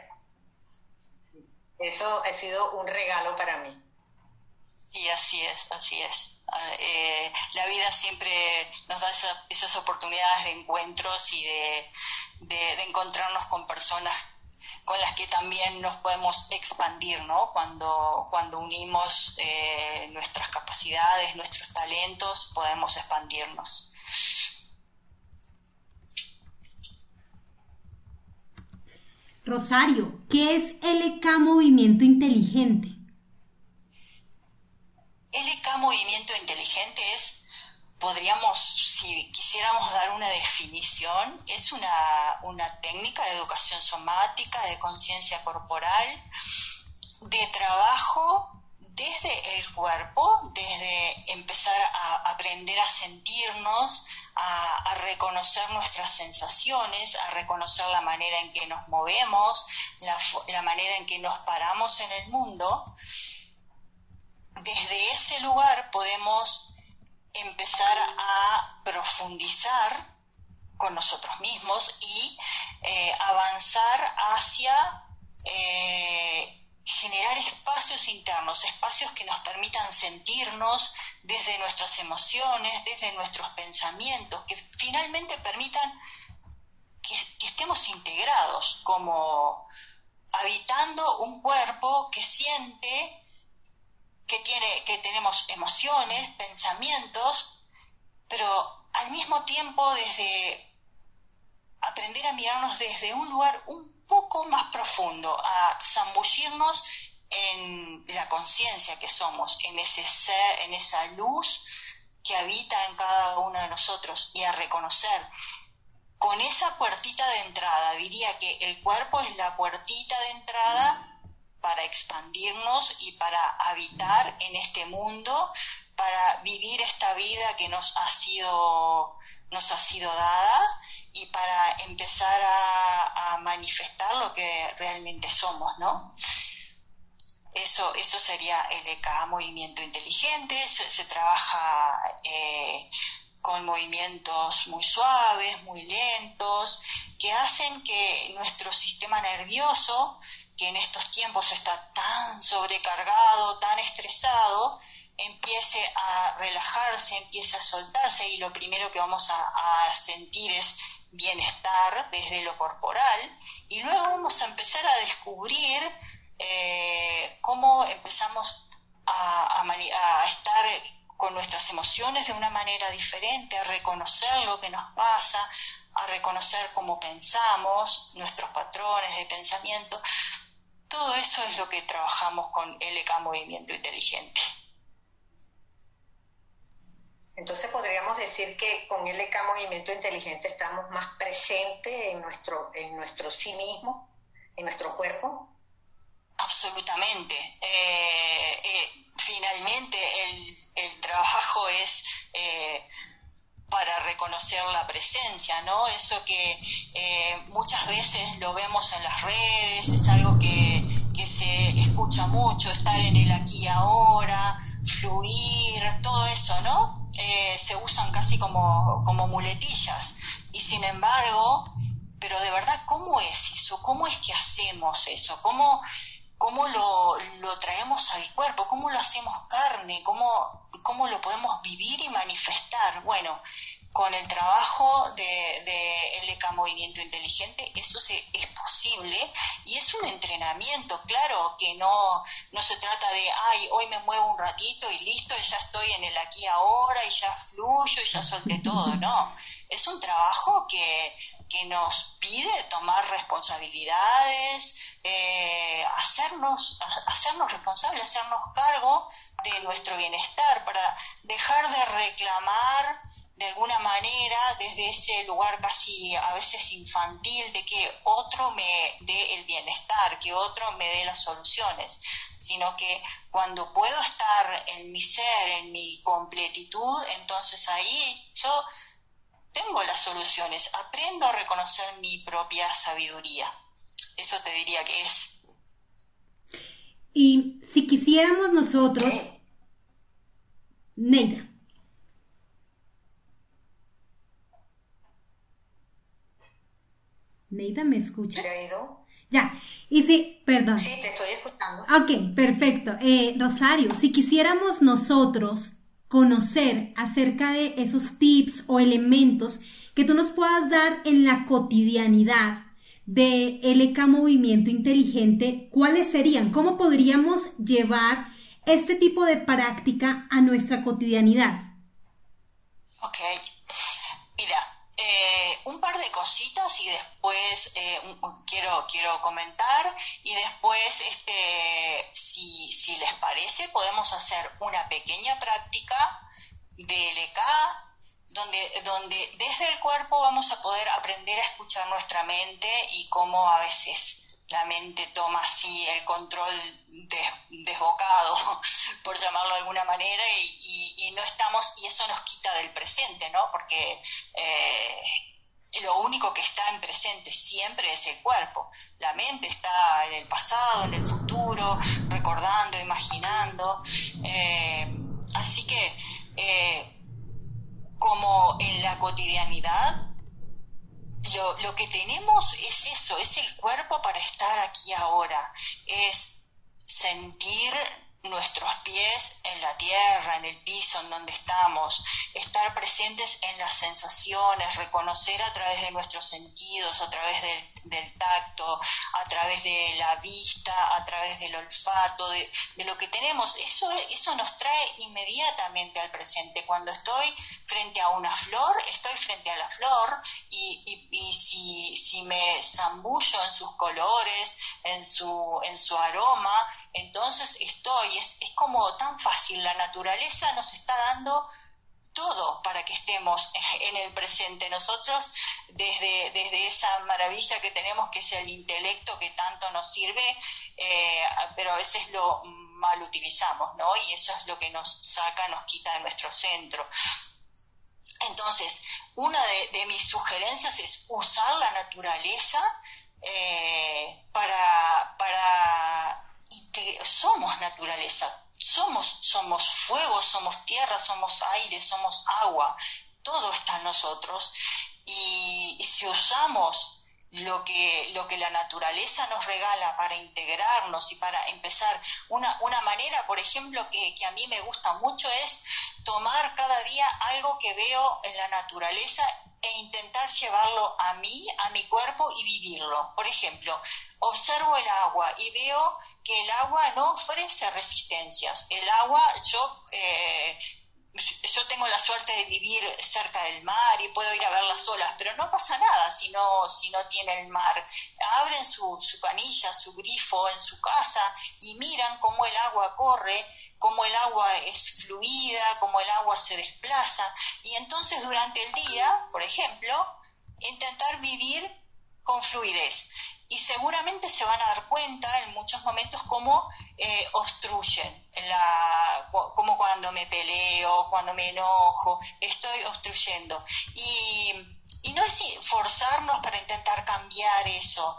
Eso ha sido un regalo para mí. Sí, así es, así es. Eh, la vida siempre nos da esa, esas oportunidades de encuentros y de, de, de encontrarnos con personas con las que también nos podemos expandir, ¿no? Cuando, cuando unimos eh, nuestras capacidades, nuestros talentos, podemos expandirnos. Rosario, ¿qué es L K Movimiento Inteligente? L K Movimiento Inteligente es, podríamos, si quisiéramos dar una definición, es una, una técnica de educación somática, de conciencia corporal, de trabajo desde el cuerpo, desde empezar a aprender a sentirnos, a, a reconocer nuestras sensaciones, a reconocer la manera en que nos movemos, la, la manera en que nos paramos en el mundo. Desde ese lugar podemos empezar a profundizar con nosotros mismos y eh, avanzar hacia eh, generar espacios internos, espacios que nos permitan sentirnos desde nuestras emociones, desde nuestros pensamientos, que finalmente permitan que, que estemos integrados, como habitando un cuerpo que siente, que tiene, que tenemos emociones, pensamientos, pero al mismo tiempo desde aprender a mirarnos desde un lugar un poco más profundo, a zambullirnos en la conciencia que somos, en ese ser, en esa luz que habita en cada uno de nosotros, y a reconocer con esa puertita de entrada. Diría que el cuerpo es la puertita de entrada para expandirnos y para habitar en este mundo, para vivir esta vida que nos ha sido, nos ha sido dada, y para empezar a, a manifestar lo que realmente somos, ¿no? Eso, eso sería el E K A, movimiento inteligente. Se, se trabaja eh, con movimientos muy suaves, muy lentos, que hacen que nuestro sistema nervioso, que en estos tiempos está tan sobrecargado, tan estresado, empiece a relajarse, empiece a soltarse, y lo primero que vamos a, a sentir es bienestar desde lo corporal, y luego vamos a empezar a descubrir eh, cómo empezamos a, a, a estar con nuestras emociones de una manera diferente, a reconocer lo que nos pasa, a reconocer cómo pensamos, nuestros patrones de pensamiento. Todo eso es lo que trabajamos con el E K A Movimiento Inteligente. Entonces podríamos decir que con el E K A Movimiento Inteligente estamos más presentes en nuestro, en nuestro sí mismo, en nuestro cuerpo. Absolutamente. Eh, eh, finalmente el, el trabajo es eh, para reconocer la presencia, ¿no? Eso que eh, muchas veces lo vemos en las redes, es algo que, que se escucha mucho, estar en el aquí y ahora, fluir, todo eso, ¿no? Eh, se usan casi como, como muletillas, y sin embargo, pero de verdad, ¿cómo es eso? ¿Cómo es que hacemos eso? ¿Cómo, cómo lo, lo traemos al cuerpo? ¿Cómo lo hacemos carne? ¿Cómo, cómo lo podemos vivir y manifestar? Bueno, con el trabajo de, de el E K A Movimiento Inteligente eso se, es posible, y es un entrenamiento, claro, que no, no se trata de, ay, hoy me muevo un ratito y listo, y ya estoy en el aquí ahora, y ya fluyo, y ya solté todo, no. Es un trabajo que, que nos pide tomar responsabilidades, eh, hacernos, hacernos responsables, hacernos cargo de nuestro bienestar, para dejar de reclamar de alguna manera desde ese lugar casi a veces infantil de que otro me dé el bienestar, que otro me dé las soluciones, sino que cuando puedo estar en mi ser, en mi completitud, entonces ahí yo tengo las soluciones, aprendo a reconocer mi propia sabiduría. Eso te diría que es. Y si quisiéramos nosotros, Neida, Neida, ¿me escucha? ¿Se ha ido? Ya, y si, perdón. Sí, te estoy escuchando. Ok, perfecto. Eh, Rosario, si quisiéramos nosotros conocer acerca de esos tips o elementos que tú nos puedas dar en la cotidianidad de el E K A Movimiento Inteligente, ¿cuáles serían? ¿Cómo podríamos llevar este tipo de práctica a nuestra cotidianidad? Ok, mira, Eh, un par de cositas y después eh, quiero, quiero comentar, y después, este, si, si les parece, podemos hacer una pequeña práctica del E K A, donde, donde desde el cuerpo vamos a poder aprender a escuchar nuestra mente y cómo a veces la mente toma así el control des, desbocado por llamarlo de alguna manera, y, y, y no estamos, y eso nos quita del presente, ¿no? Porque eh, lo único que está en presente siempre es el cuerpo. La mente está en el pasado, en el futuro, recordando, imaginando. Eh, así que, eh, como en la cotidianidad, lo, lo que tenemos es eso, es el cuerpo para estar aquí ahora, es sentir nuestros pies en la tierra, en el piso en donde estamos, estar presentes en las sensaciones, reconocer a través de nuestros sentidos, a través del, del tacto, a través de la vista, a través del olfato, de, de lo que tenemos. Eso, eso nos trae inmediatamente al presente. Cuando estoy frente a una flor, estoy frente a la flor, y, y, y si, si me zambullo en sus colores, en su, en su aroma, entonces estoy. Es, es como tan fácil. La naturaleza nos está dando todo para que estemos en el presente. Nosotros, desde, desde esa maravilla que tenemos, que es el intelecto que tanto nos sirve, eh, pero a veces lo mal utilizamos, ¿no? Y eso es lo que nos saca, nos quita de nuestro centro. Entonces, una de, de mis sugerencias es usar la naturaleza eh, para... para somos naturaleza, somos, somos fuego, somos tierra, somos aire, somos agua, todo está en nosotros, y, y si usamos lo que, lo que la naturaleza nos regala para integrarnos y para empezar, una, una manera, por ejemplo, que, que a mí me gusta mucho es tomar cada día algo que veo en la naturaleza e intentar llevarlo a mí, a mi cuerpo, y vivirlo. Por ejemplo, observo el agua y veo que el agua no ofrece resistencias. El agua, yo, eh, yo tengo la suerte de vivir cerca del mar y puedo ir a ver las olas, pero no pasa nada si no, si no tiene el mar. Abren su, su canilla, su grifo en su casa y miran cómo el agua corre, cómo el agua es fluida, cómo el agua se desplaza. Y entonces durante el día, por ejemplo, intentar vivir con fluidez. Y seguramente se van a dar cuenta en muchos momentos cómo eh, obstruyen, la, como cuando me peleo, cuando me enojo, estoy obstruyendo. Y, y no es forzarnos para intentar cambiar eso,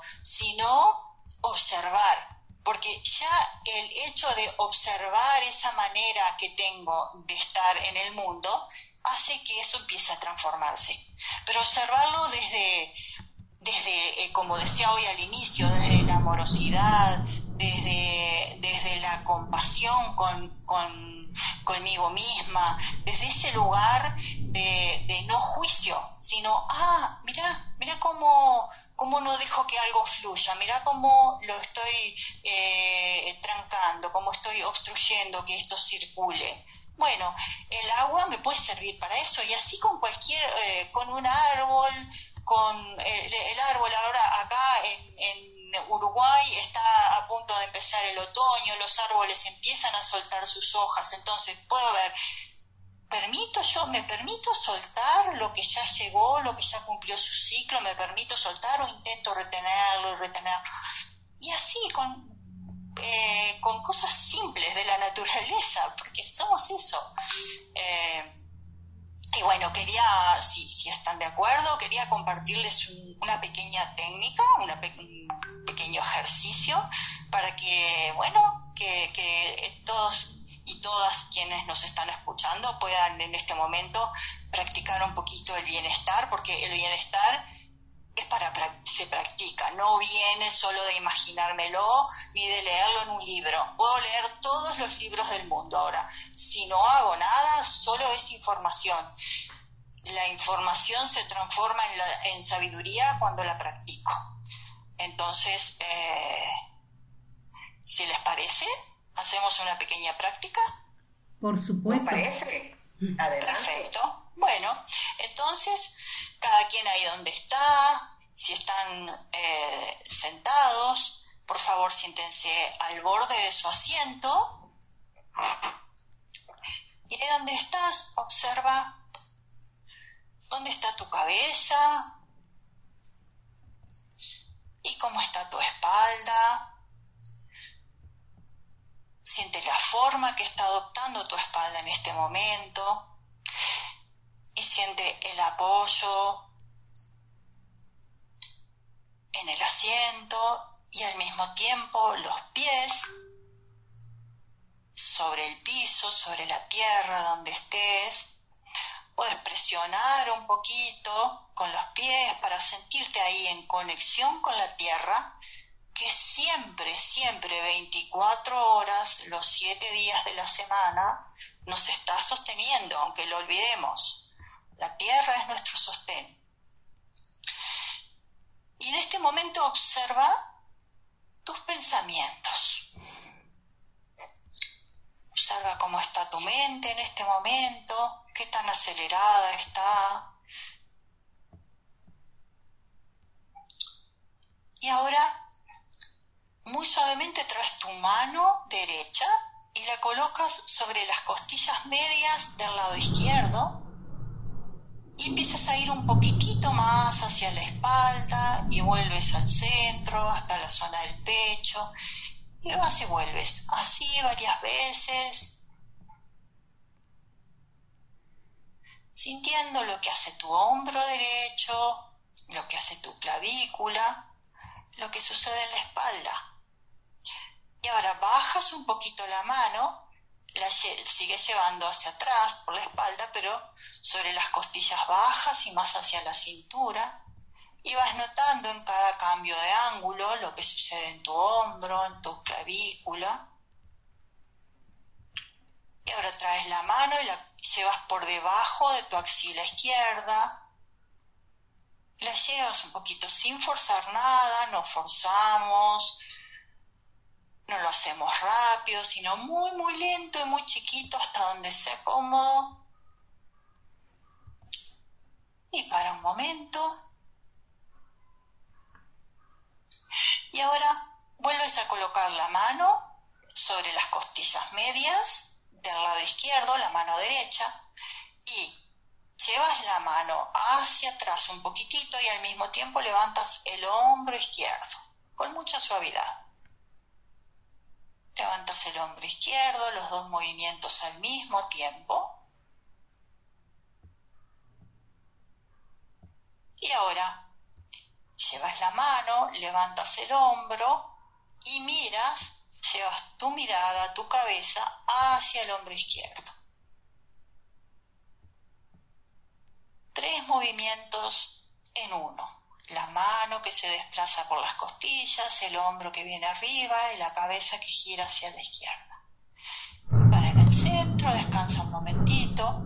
sino observar. Porque ya el hecho de observar esa manera que tengo de estar en el mundo hace que eso empiece a transformarse. Pero observarlo desde... desde, eh, como decía hoy al inicio, desde la amorosidad, desde, desde la compasión con, con, conmigo misma, desde ese lugar de, de no juicio, sino, ah, mirá, mirá cómo, cómo no dejo que algo fluya, mirá cómo lo estoy eh, trancando, cómo estoy obstruyendo que esto circule. Bueno, el agua me puede servir para eso, y así con cualquier, eh, con un árbol, con el, el árbol. Ahora acá en, en Uruguay está a punto de empezar el otoño, los árboles empiezan a soltar sus hojas, entonces puedo ver, permito yo, me permito soltar lo que ya llegó, lo que ya cumplió su ciclo, me permito soltar o intento retenerlo y retenerlo. Y así con, eh, con cosas simples de la naturaleza, porque somos eso. Eh, Y bueno, quería, si, si están de acuerdo, quería compartirles un, una pequeña técnica, una pe- un pequeño ejercicio para que, bueno, que, que todos y todas quienes nos están escuchando puedan en este momento practicar un poquito el bienestar, porque el bienestar es para, se practica, no viene solo de imaginármelo ni de leerlo en un libro. Puedo leer todos los libros del mundo ahora. Si no hago nada, solo es información. La información se transforma en, la, en sabiduría cuando la practico. Entonces, eh, si les parece, hacemos una pequeña práctica. Por supuesto. ¿Me parece? Adelante. Perfecto. Bueno, entonces, cada quien ahí donde está, si están eh, sentados, por favor siéntense al borde de su asiento. Y ahí donde estás, observa dónde está tu cabeza y cómo está tu espalda. Siente la forma forma que está adoptando tu espalda en este momento y siente el apoyo en el asiento y al mismo tiempo los pies sobre el piso, sobre la tierra donde estés. Puedes presionar un poquito con los pies para sentirte ahí en conexión con la tierra, que siempre, siempre, veinticuatro horas, los siete días de la semana, nos está sosteniendo, aunque lo olvidemos. La tierra es nuestro sostén. Y en este momento observa tus pensamientos. Observa cómo está tu mente en este momento, qué tan acelerada está. Y ahora, muy suavemente traes tu mano derecha y la colocas sobre las costillas medias del lado izquierdo y empiezas a ir un poquitito más hacia la espalda y vuelves al centro, hasta la zona del pecho. Y vas y vuelves, así varias veces, sintiendo lo que hace tu hombro derecho, lo que hace tu clavícula, lo que sucede en la espalda. Y ahora bajas un poquito la mano, la sigues llevando hacia atrás por la espalda, pero sobre las costillas bajas y más hacia la cintura. Y vas notando en cada cambio de ángulo lo que sucede en tu hombro, en tu clavícula. Y ahora traes la mano y la llevas por debajo de tu axila izquierda. La llevas un poquito sin forzar nada, no forzamos, no lo hacemos rápido, sino muy, muy lento y muy chiquito hasta donde sea cómodo. Y para un momento. Y ahora vuelves a colocar la mano sobre las costillas medias del lado izquierdo, la mano derecha, y llevas la mano hacia atrás un poquitito y al mismo tiempo levantas el hombro izquierdo con mucha suavidad. Levantas el hombro izquierdo, los dos movimientos al mismo tiempo. Y ahora llevas la mano, levantas el hombro y miras, llevas tu mirada, tu cabeza hacia el hombro izquierdo. Tres movimientos en uno. La mano que se desplaza por las costillas, el hombro que viene arriba y la cabeza que gira hacia la izquierda. Para en el centro, descansa un momentito.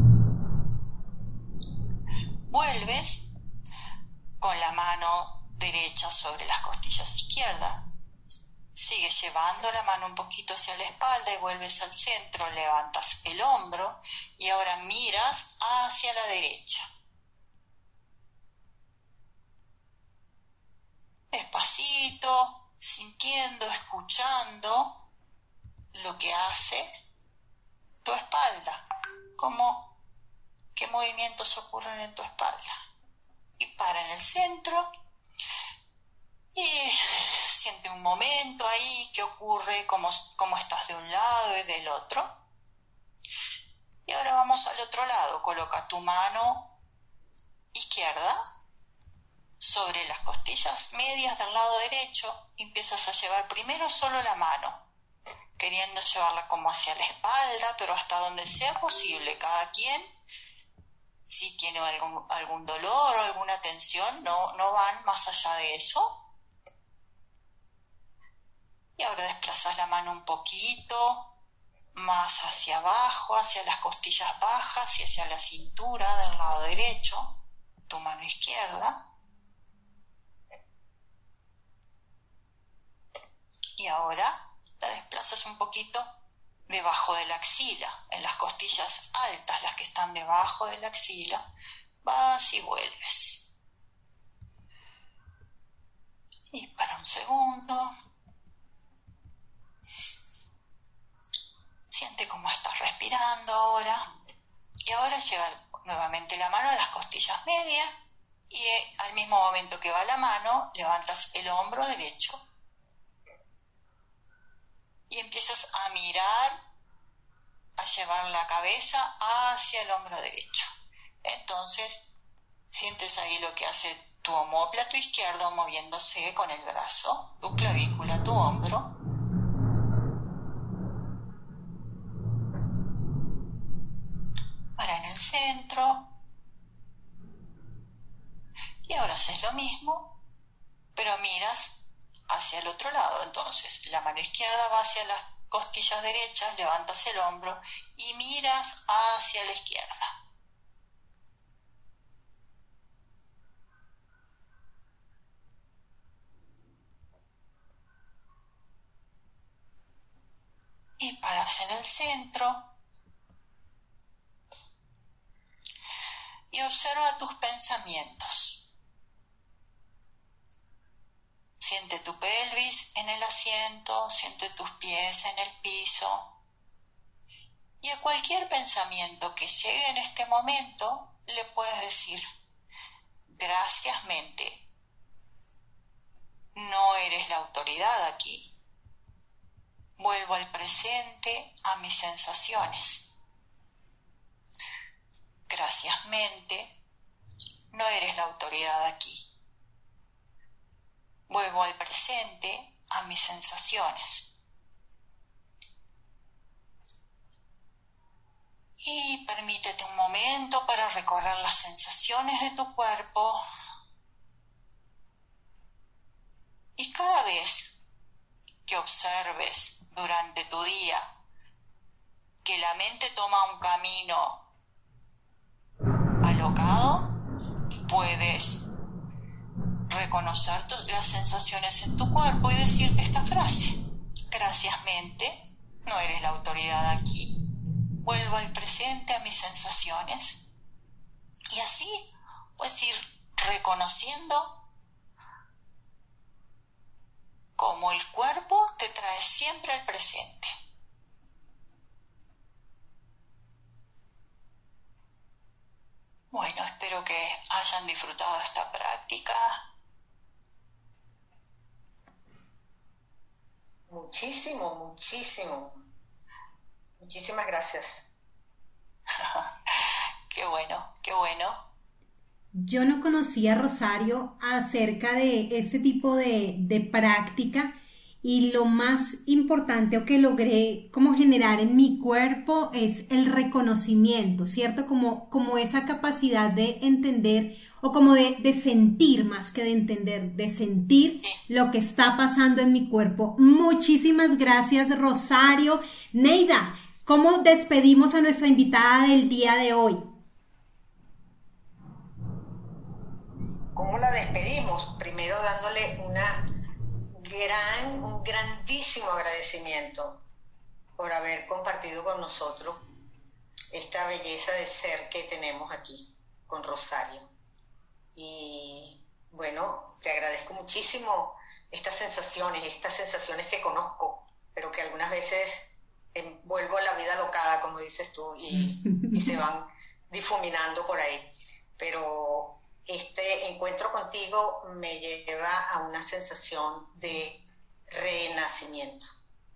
Vuelves con la mano derecha sobre las costillas izquierdas. Sigues llevando la mano un poquito hacia la espalda y vuelves al centro, levantas el hombro y ahora miras hacia la derecha. Despacito, sintiendo, escuchando lo que hace tu espalda, cómo, qué movimientos ocurren en tu espalda. Y para en el centro y siente un momento ahí que ocurre, cómo, cómo estás de un lado y del otro. Y ahora vamos al otro lado. Coloca tu mano izquierda sobre las costillas medias del lado derecho y empiezas a llevar primero solo la mano, queriendo llevarla como hacia la espalda, pero hasta donde sea posible. Cada quien, si tiene algún, algún dolor o alguna tensión, no, no van más allá de eso. Y ahora desplazas la mano un poquito más hacia abajo, hacia las costillas bajas y hacia la cintura del lado derecho, tu mano izquierda. Y ahora la desplazas un poquito debajo de la axila, en las costillas altas, las que están debajo de la axila, vas y vuelves. Y para un segundo, siente cómo estás respirando ahora. Y ahora lleva nuevamente la mano a las costillas medias y al mismo momento que va la mano, levantas el hombro derecho. Y empiezas a mirar cabeza hacia el hombro derecho. Entonces, sientes ahí lo que hace tu omóplato izquierdo moviéndose con el brazo, tu clavícula, tu hombro. Ahora en el centro. Y ahora haces lo mismo, pero miras hacia el otro lado. Entonces, la mano izquierda va hacia las costillas derechas, levantas el hombro y miras hacia la izquierda. Y paras en el centro y observa tus pensamientos. Siente tu pelvis en el asiento, siente tus pies en el piso. Y a cualquier pensamiento que llegue en este momento, le puedes decir: gracias, mente. No eres la autoridad aquí. Vuelvo al presente, a mis sensaciones. Gracias, mente. No eres la autoridad aquí. Vuelvo al presente, a mis sensaciones. Y permítete un momento para recorrer las sensaciones de tu cuerpo. Y cada vez que observes durante tu día que la mente toma un camino alocado, puedes reconocer tu, las sensaciones en tu cuerpo y decirte esta frase: gracias, mente, no eres la autoridad aquí. Vuelvo al presente, a mis sensaciones. Y así puedes ir reconociendo cómo el cuerpo te trae siempre al presente. Bueno, espero que hayan disfrutado de esta práctica. Muchísimo, muchísimo. Muchísimas gracias. Qué bueno, qué bueno. Yo no conocía, Rosario, acerca de este tipo de, de práctica, y lo más importante o que logré como generar en mi cuerpo es el reconocimiento, ¿cierto? Como, como esa capacidad de entender o como de, de sentir, más que de entender, de sentir lo que está pasando en mi cuerpo. Muchísimas gracias, Rosario. Neida, ¿cómo despedimos a nuestra invitada del día de hoy? ¿Cómo la despedimos? Primero dándole una gran, un grandísimo agradecimiento por haber compartido con nosotros esta belleza de ser que tenemos aquí con Rosario. Y bueno, te agradezco muchísimo estas sensaciones, estas sensaciones que conozco, pero que algunas veces eh, vuelvo a la vida locada, como dices tú, y, y se van difuminando por ahí. Pero este encuentro contigo me lleva a una sensación de renacimiento.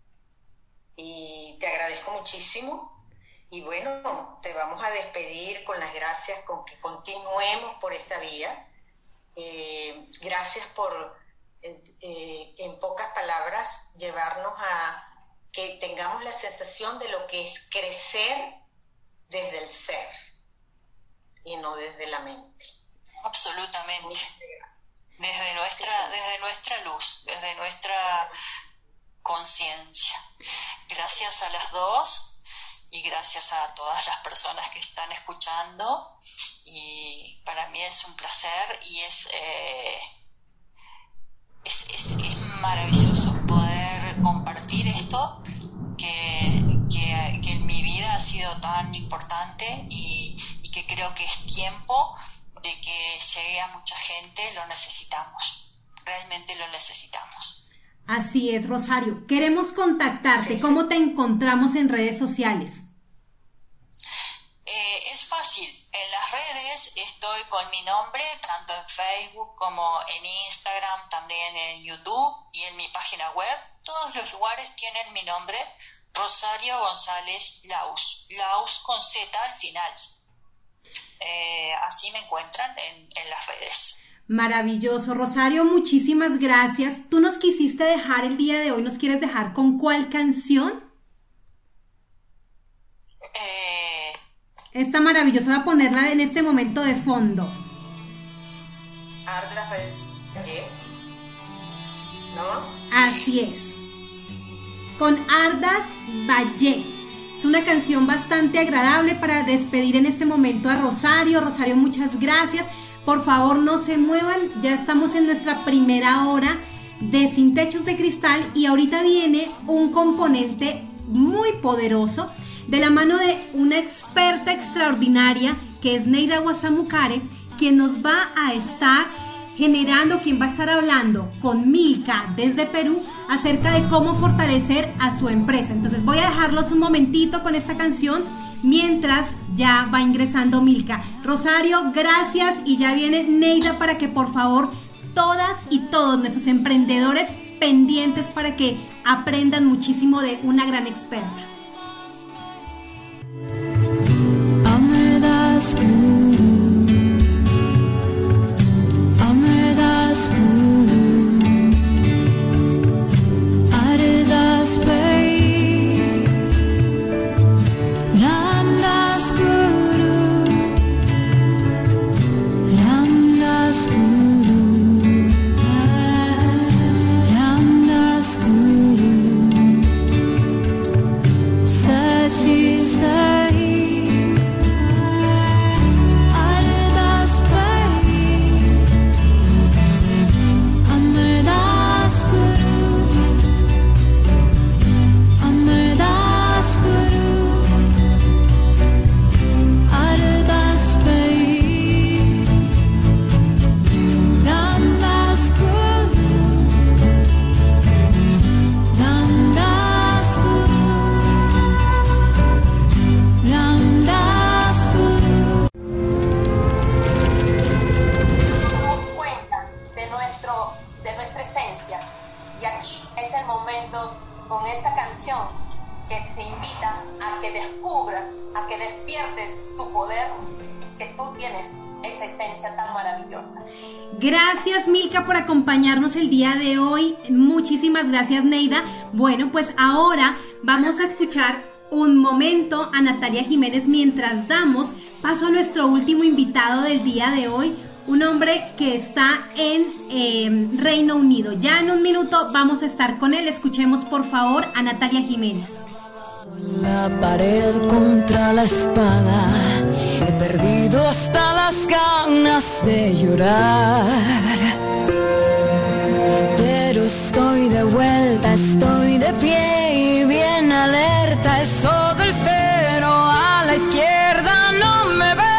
Y te agradezco muchísimo. Y bueno, te vamos a despedir con las gracias, con que continuemos por esta vía. Eh, gracias por, eh, eh, en pocas palabras, llevarnos a que tengamos la sensación de lo que es crecer desde el ser y no desde la mente. Absolutamente. Desde nuestra, desde nuestra luz, desde nuestra conciencia. Gracias a las dos y gracias a todas las personas que están escuchando. Y para mí es un placer y es, eh, es, es, es maravilloso poder compartir esto que, que, que en mi vida ha sido tan importante y, y que creo que es tiempo de que llegue a mucha gente. Lo necesitamos, realmente lo necesitamos. Así es, Rosario. Queremos contactarte. Sí, ¿Cómo sí. te encontramos en redes sociales? Eh, es fácil. En las redes estoy con mi nombre, tanto en Facebook como en Instagram, también en YouTube y en mi página web. Todos los lugares tienen mi nombre, Rosario González Laus, Laus con Z al final. Eh, así me encuentran en, en las redes. Maravilloso, Rosario, muchísimas gracias. Tú nos quisiste dejar el día de hoy, ¿nos quieres dejar con cuál canción? Eh, Está maravilloso, voy a ponerla en este momento de fondo. Arda Valle, ¿no? Así es. Con Ardas Valle. Es una canción bastante agradable para despedir en este momento a Rosario. Rosario, muchas gracias. Por favor, no se muevan. Ya estamos en nuestra primera hora de Sin Techos de Cristal y ahorita viene un componente muy poderoso de la mano de una experta extraordinaria que es Neida Guasamukare, quien nos va a estar generando, quien va a estar hablando con Milka desde Perú acerca de cómo fortalecer a su empresa. Entonces voy a dejarlos un momentito con esta canción mientras ya va ingresando Milka. Rosario, gracias, y ya viene Neida para que por favor todas y todos nuestros emprendedores pendientes para que aprendan muchísimo de una gran experta. Gracias, Milka, por acompañarnos el día de hoy. Muchísimas gracias, Neida. Bueno, pues ahora vamos a escuchar un momento a Natalia Jiménez mientras damos paso a nuestro último invitado del día de hoy, un hombre que está en eh, Reino Unido. Ya en un minuto vamos a estar con él. Escuchemos por favor a Natalia Jiménez. La pared contra la espada, he perdido hasta las ganas de llorar, pero estoy de vuelta, estoy de pie y bien alerta, es todo el cero a la izquierda, no me ve.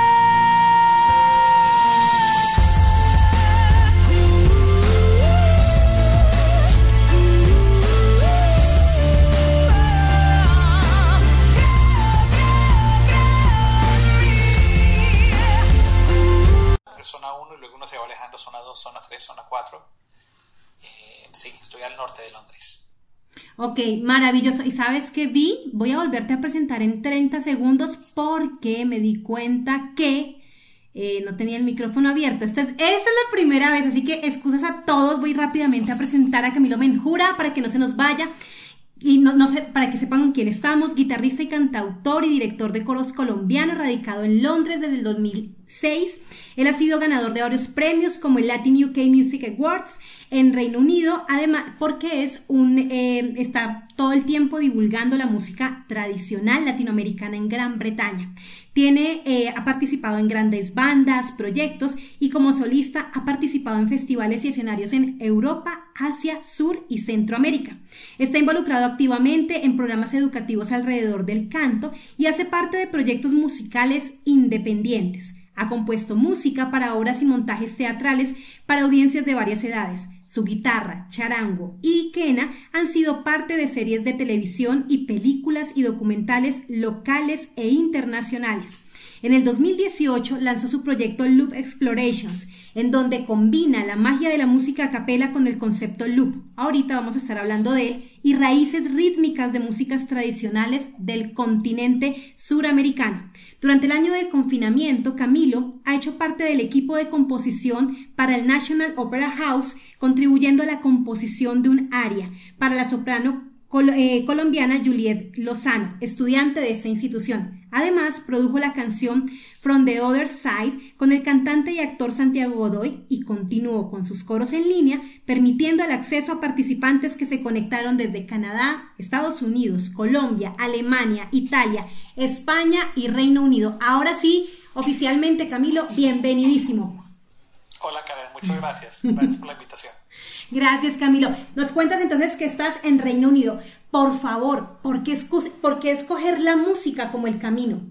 Zona uno y luego uno se va alejando, zona dos, zona tres, zona cuatro. Eh, sí, estoy al norte de Londres. Ok, maravilloso. ¿Y sabes qué vi? Voy a volverte a presentar en treinta segundos porque me di cuenta que eh, no tenía el micrófono abierto. Esta es, esta es la primera vez, así que excusas a todos. Voy rápidamente a presentar a Camilo Menjura para que no se nos vaya. Y no, no sé, para que sepan con quién estamos, guitarrista y cantautor y director de coros colombiano, radicado en Londres desde el dos mil seis. Él ha sido ganador de varios premios como el Latin U K Music Awards en Reino Unido, además porque es un eh, está todo el tiempo divulgando la música tradicional latinoamericana en Gran Bretaña. Tiene, eh, ha participado en grandes bandas, proyectos y como solista ha participado en festivales y escenarios en Europa, Asia, Sur y Centroamérica. Está involucrado activamente en programas educativos alrededor del canto y hace parte de proyectos musicales independientes. Ha compuesto música para obras y montajes teatrales para audiencias de varias edades. Su guitarra, charango y quena han sido parte de series de televisión y películas y documentales locales e internacionales. En el dos mil dieciocho lanzó su proyecto Loop Explorations, en donde combina la magia de la música a capela con el concepto loop. Ahorita vamos a estar hablando de él, y raíces rítmicas de músicas tradicionales del continente suramericano. Durante el año de confinamiento, Camilo ha hecho parte del equipo de composición para el National Opera House, contribuyendo a la composición de un aria para la soprano col- eh, colombiana Juliet Lozano, estudiante de esta institución. Además, produjo la canción From the Other Side con el cantante y actor Santiago Godoy y continuó con sus coros en línea, permitiendo el acceso a participantes que se conectaron desde Canadá, Estados Unidos, Colombia, Alemania, Italia, España y Reino Unido. Ahora sí, oficialmente, Camilo, bienvenidísimo. Hola Karen, muchas gracias. Gracias por la invitación. Gracias, Camilo. Nos cuentas entonces que estás en Reino Unido. Por favor, ¿por qué, esco- por qué escoger la música como el camino?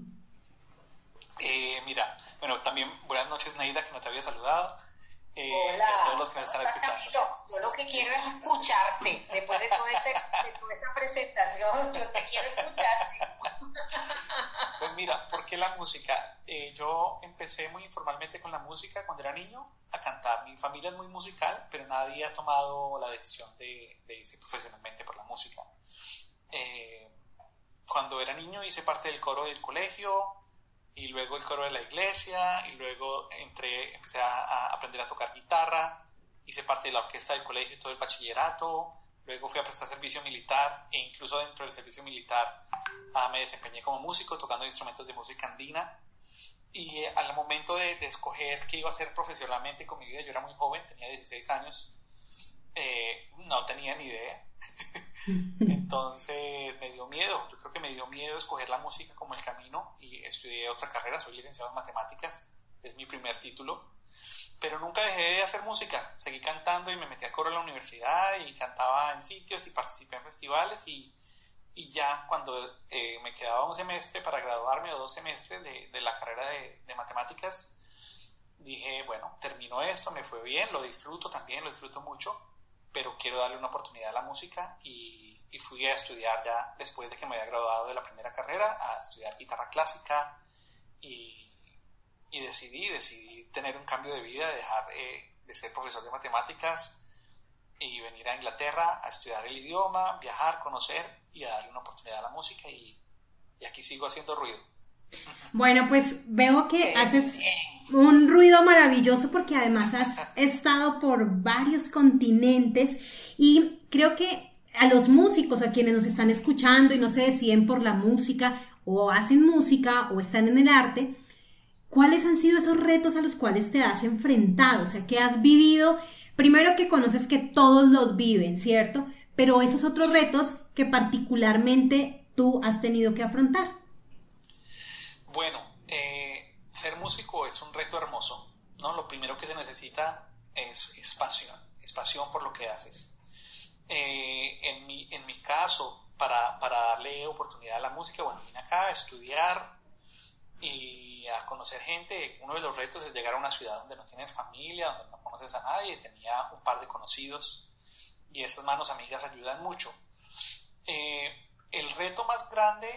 Eh, mira, bueno, también buenas noches Neida, que no te había saludado. Eh, Hola, a todos los que nos están hola, escuchando. Camilo. Yo lo que quiero es escucharte. Después de toda, este, de toda esta presentación, yo te quiero escucharte. Pues mira, ¿por qué la música? Eh, yo empecé muy informalmente con la música cuando era niño a cantar. Mi familia es muy musical, pero nadie ha tomado la decisión de, de irse profesionalmente por la música. Eh, cuando era niño hice parte del coro del colegio y luego el coro de la iglesia y luego entré, empecé a, a aprender a tocar guitarra, hice parte de la orquesta del colegio y todo el bachillerato. Luego fui a prestar servicio militar e incluso dentro del servicio militar ah, me desempeñé como músico tocando instrumentos de música andina. Y eh, al momento de, de escoger qué iba a hacer profesionalmente con mi vida, yo era muy joven, tenía dieciséis años, eh, no tenía ni idea. Entonces me dio miedo, yo creo que me dio miedo escoger la música como el camino y estudié otra carrera, soy licenciado en matemáticas, es mi primer título. Pero nunca dejé de hacer música, seguí cantando y me metí al coro en la universidad y cantaba en sitios y participé en festivales y, y ya cuando eh, me quedaba un semestre para graduarme o dos semestres de, de la carrera de, de matemáticas, dije, bueno, termino esto, me fue bien, lo disfruto también, lo disfruto mucho, pero quiero darle una oportunidad a la música y, y fui a estudiar ya después de que me había graduado de la primera carrera, a estudiar guitarra clásica y Y decidí, decidí tener un cambio de vida, dejar eh, de ser profesor de matemáticas y venir a Inglaterra a estudiar el idioma, viajar, conocer y a darle una oportunidad a la música y, y aquí sigo haciendo ruido. Bueno, pues veo que haces un ruido maravilloso porque además has estado por varios continentes y creo que a los músicos, a quienes nos están escuchando y no se deciden por la música o hacen música o están en el arte, ¿cuáles han sido esos retos a los cuales te has enfrentado? O sea, ¿qué has vivido? Primero que conoces que todos los viven, ¿cierto? Pero esos otros retos que particularmente tú has tenido que afrontar. Bueno, eh, ser músico es un reto hermoso, ¿no? Lo primero que se necesita es, es pasión, es pasión por lo que haces. Eh, en mi, en mi caso, para, para darle oportunidad a la música, bueno, vine acá a estudiar y a conocer gente. Uno de los retos es llegar a una ciudad donde no tienes familia, donde no conoces a nadie. Tenía un par de conocidos y esas manos amigas ayudan mucho. Eh, el reto más grande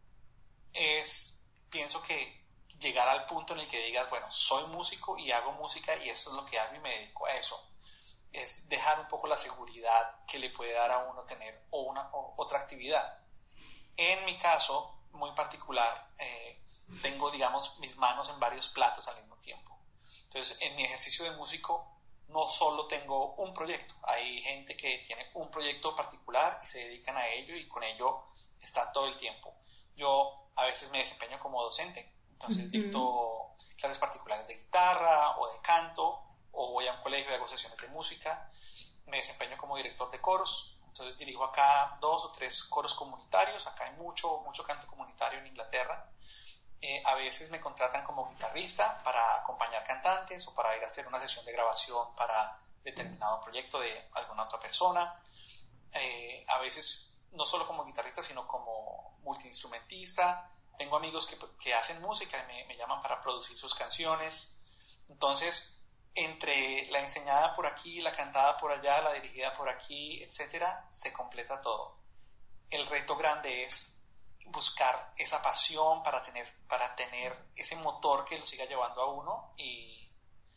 es, pienso que llegar al punto en el que digas, bueno, soy músico y hago música y esto es lo que hago y me dedico a eso. Es dejar un poco la seguridad que le puede dar a uno tener o una, o otra actividad. En mi caso muy particular, eh, tengo, digamos, mis manos en varios platos al mismo tiempo. Entonces, en mi ejercicio de músico no solo tengo un proyecto, hay gente que tiene un proyecto particular y se dedican a ello y con ello está todo el tiempo. Yo a veces me desempeño como docente, entonces uh-huh. dicto clases particulares de guitarra o de canto, o voy a un colegio y hago sesiones de música. Me desempeño como director de coros, entonces dirijo acá dos o tres coros comunitarios, acá hay mucho, mucho canto comunitario en Inglaterra. Eh, a veces me contratan como guitarrista para acompañar cantantes o para ir a hacer una sesión de grabación para determinado proyecto de alguna otra persona. Eh, a veces no solo como guitarrista, sino como multiinstrumentista. Tengo amigos que, que hacen música y me, me llaman para producir sus canciones. Entonces, entre la enseñada por aquí, la cantada por allá, la dirigida por aquí, etcétera, se completa todo. El reto grande es buscar esa pasión para tener, para tener ese motor que lo siga llevando a uno y,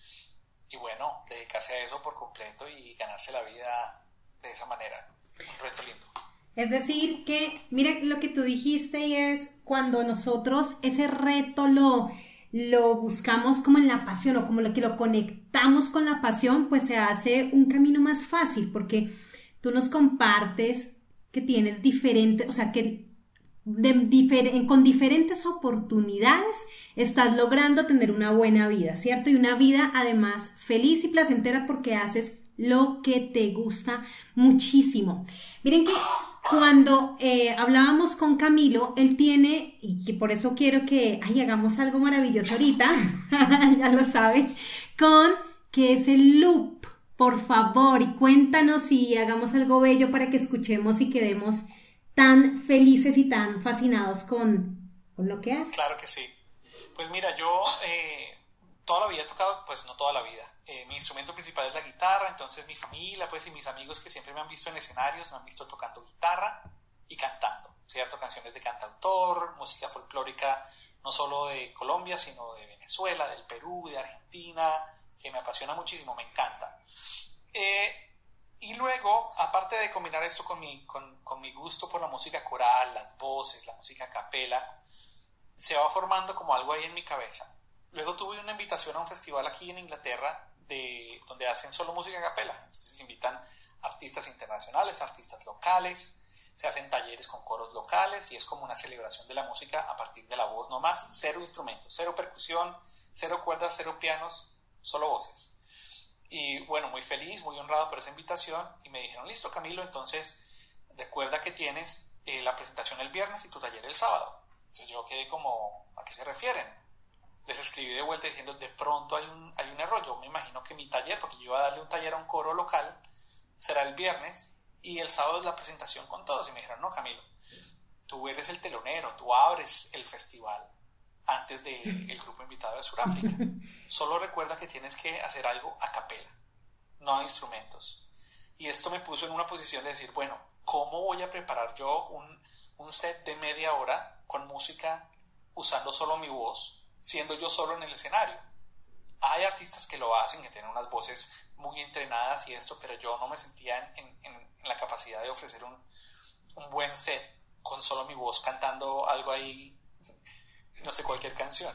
y bueno, dedicarse a eso por completo y ganarse la vida de esa manera. Un reto lindo. Es decir que, mira lo que tú dijiste y es cuando nosotros ese reto lo, lo buscamos como en la pasión o como lo que lo conectamos con la pasión, pues se hace un camino más fácil porque tú nos compartes que tienes diferentes, o sea, que de difer- con diferentes oportunidades estás logrando tener una buena vida, ¿cierto? Y una vida además feliz y placentera porque haces lo que te gusta muchísimo. Miren que cuando eh, hablábamos con Camilo, él tiene, y que por eso quiero que ay, hagamos algo maravilloso ahorita, ya lo saben, con que es el loop, por favor, y cuéntanos y hagamos algo bello para que escuchemos y quedemos tan felices y tan fascinados con, con lo que haces. Claro que sí. Pues mira, yo eh, toda la vida he tocado, pues no toda la vida. Eh, mi instrumento principal es la guitarra, entonces mi familia pues y mis amigos que siempre me han visto en escenarios me han visto tocando guitarra y cantando, ¿cierto? Canciones de cantautor, música folclórica no solo de Colombia sino de Venezuela, del Perú, de Argentina, que me apasiona muchísimo, me encanta. Eh, y luego, aparte de combinar esto con mi, con, con mi gusto por la música coral, las voces, la música a capela, se va formando como algo ahí en mi cabeza. Luego tuve una invitación a un festival aquí en Inglaterra de, donde hacen solo música a capela. Entonces invitan artistas internacionales, artistas locales, se hacen talleres con coros locales y es como una celebración de la música a partir de la voz nomás, cero instrumentos, cero percusión, cero cuerdas, cero pianos, solo voces. Y bueno, muy feliz, muy honrado por esa invitación y me dijeron, listo Camilo, entonces recuerda que tienes eh, la presentación el viernes y tu taller el sábado. Entonces yo quedé como, ¿a qué se refieren? Les escribí de vuelta diciendo, de pronto hay un, hay un error, yo me imagino que mi taller, porque yo iba a darle un taller a un coro local, será el viernes y el sábado es la presentación con todos. Y me dijeron, no Camilo, tú eres el telonero, tú abres el festival antes del grupo invitado de Sudáfrica. Solo recuerda que tienes que hacer algo a capela, no a instrumentos. Y esto me puso en una posición de decir, bueno, ¿cómo voy a preparar yo un, un set de media hora con música usando solo mi voz, siendo yo solo en el escenario? Hay artistas que lo hacen, que tienen unas voces muy entrenadas y esto, pero yo no me sentía en, en, en la capacidad de ofrecer un, un buen set con solo mi voz cantando algo ahí, no sé, cualquier canción.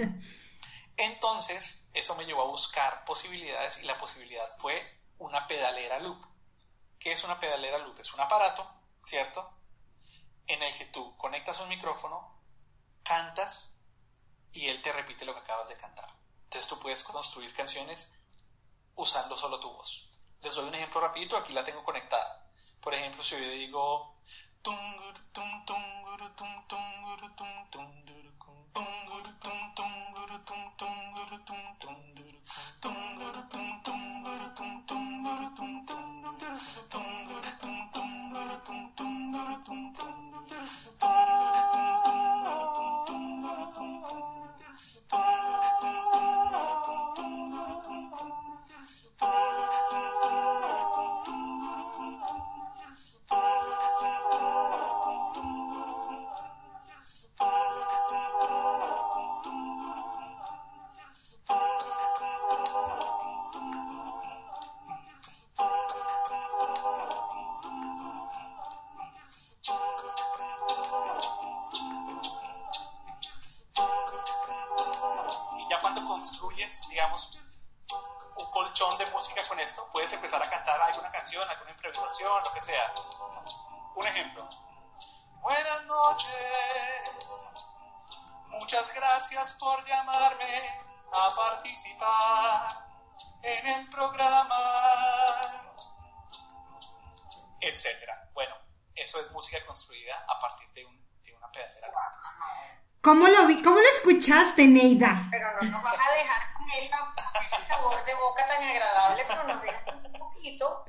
Entonces, eso me llevó a buscar posibilidades y la posibilidad fue una pedalera loop. ¿Qué es una pedalera loop? Es un aparato, ¿cierto?, en el que tú conectas un micrófono, cantas y él te repite lo que acabas de cantar. Entonces tú puedes construir canciones usando solo tu voz. Les doy un ejemplo rapidito, aquí la tengo conectada. Por ejemplo, si yo digo digamos, un colchón de música con esto, puedes empezar a cantar alguna canción, alguna improvisación, lo que sea. Un ejemplo. Buenas noches, muchas gracias por llamarme a participar en el programa, etcétera. Bueno, eso es música construida a partir de, un, de una pedalera. ¿Cómo lo vi? ¿Cómo lo escuchaste, Neida? Pero no nos vas a dejar con esa, ese sabor de boca tan agradable, pero nos dejas un poquito.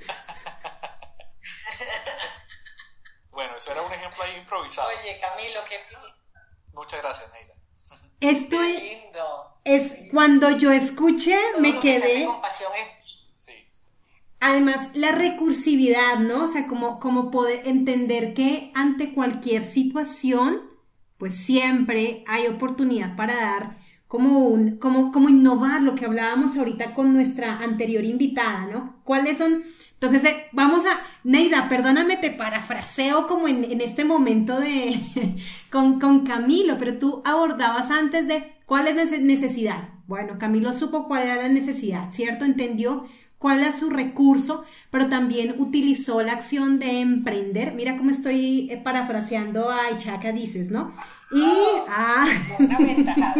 Bueno, eso era un ejemplo ahí improvisado. Oye, Camilo, qué Muchas gracias, Neida. Esto qué es, lindo. es cuando yo escuché, Todo me lo que se hace quedé. con pasión es... Sí. Además, la recursividad, ¿no? O sea, como, como poder entender que ante cualquier situación pues siempre hay oportunidad para dar como un, como, como innovar lo que hablábamos ahorita con nuestra anterior invitada, ¿no? ¿Cuáles son? Entonces, eh, vamos a, Neida, perdóname, te parafraseo como en, en este momento de, con, con Camilo, pero tú abordabas antes de, ¿cuál es la necesidad? Bueno, Camilo supo cuál era la necesidad, ¿cierto? Entendió cuál era su recurso, pero también utilizó la acción de emprender. Mira cómo estoy eh, parafraseando a Ichaka Dices, ¿no? Y, oh, ah, una ventaja.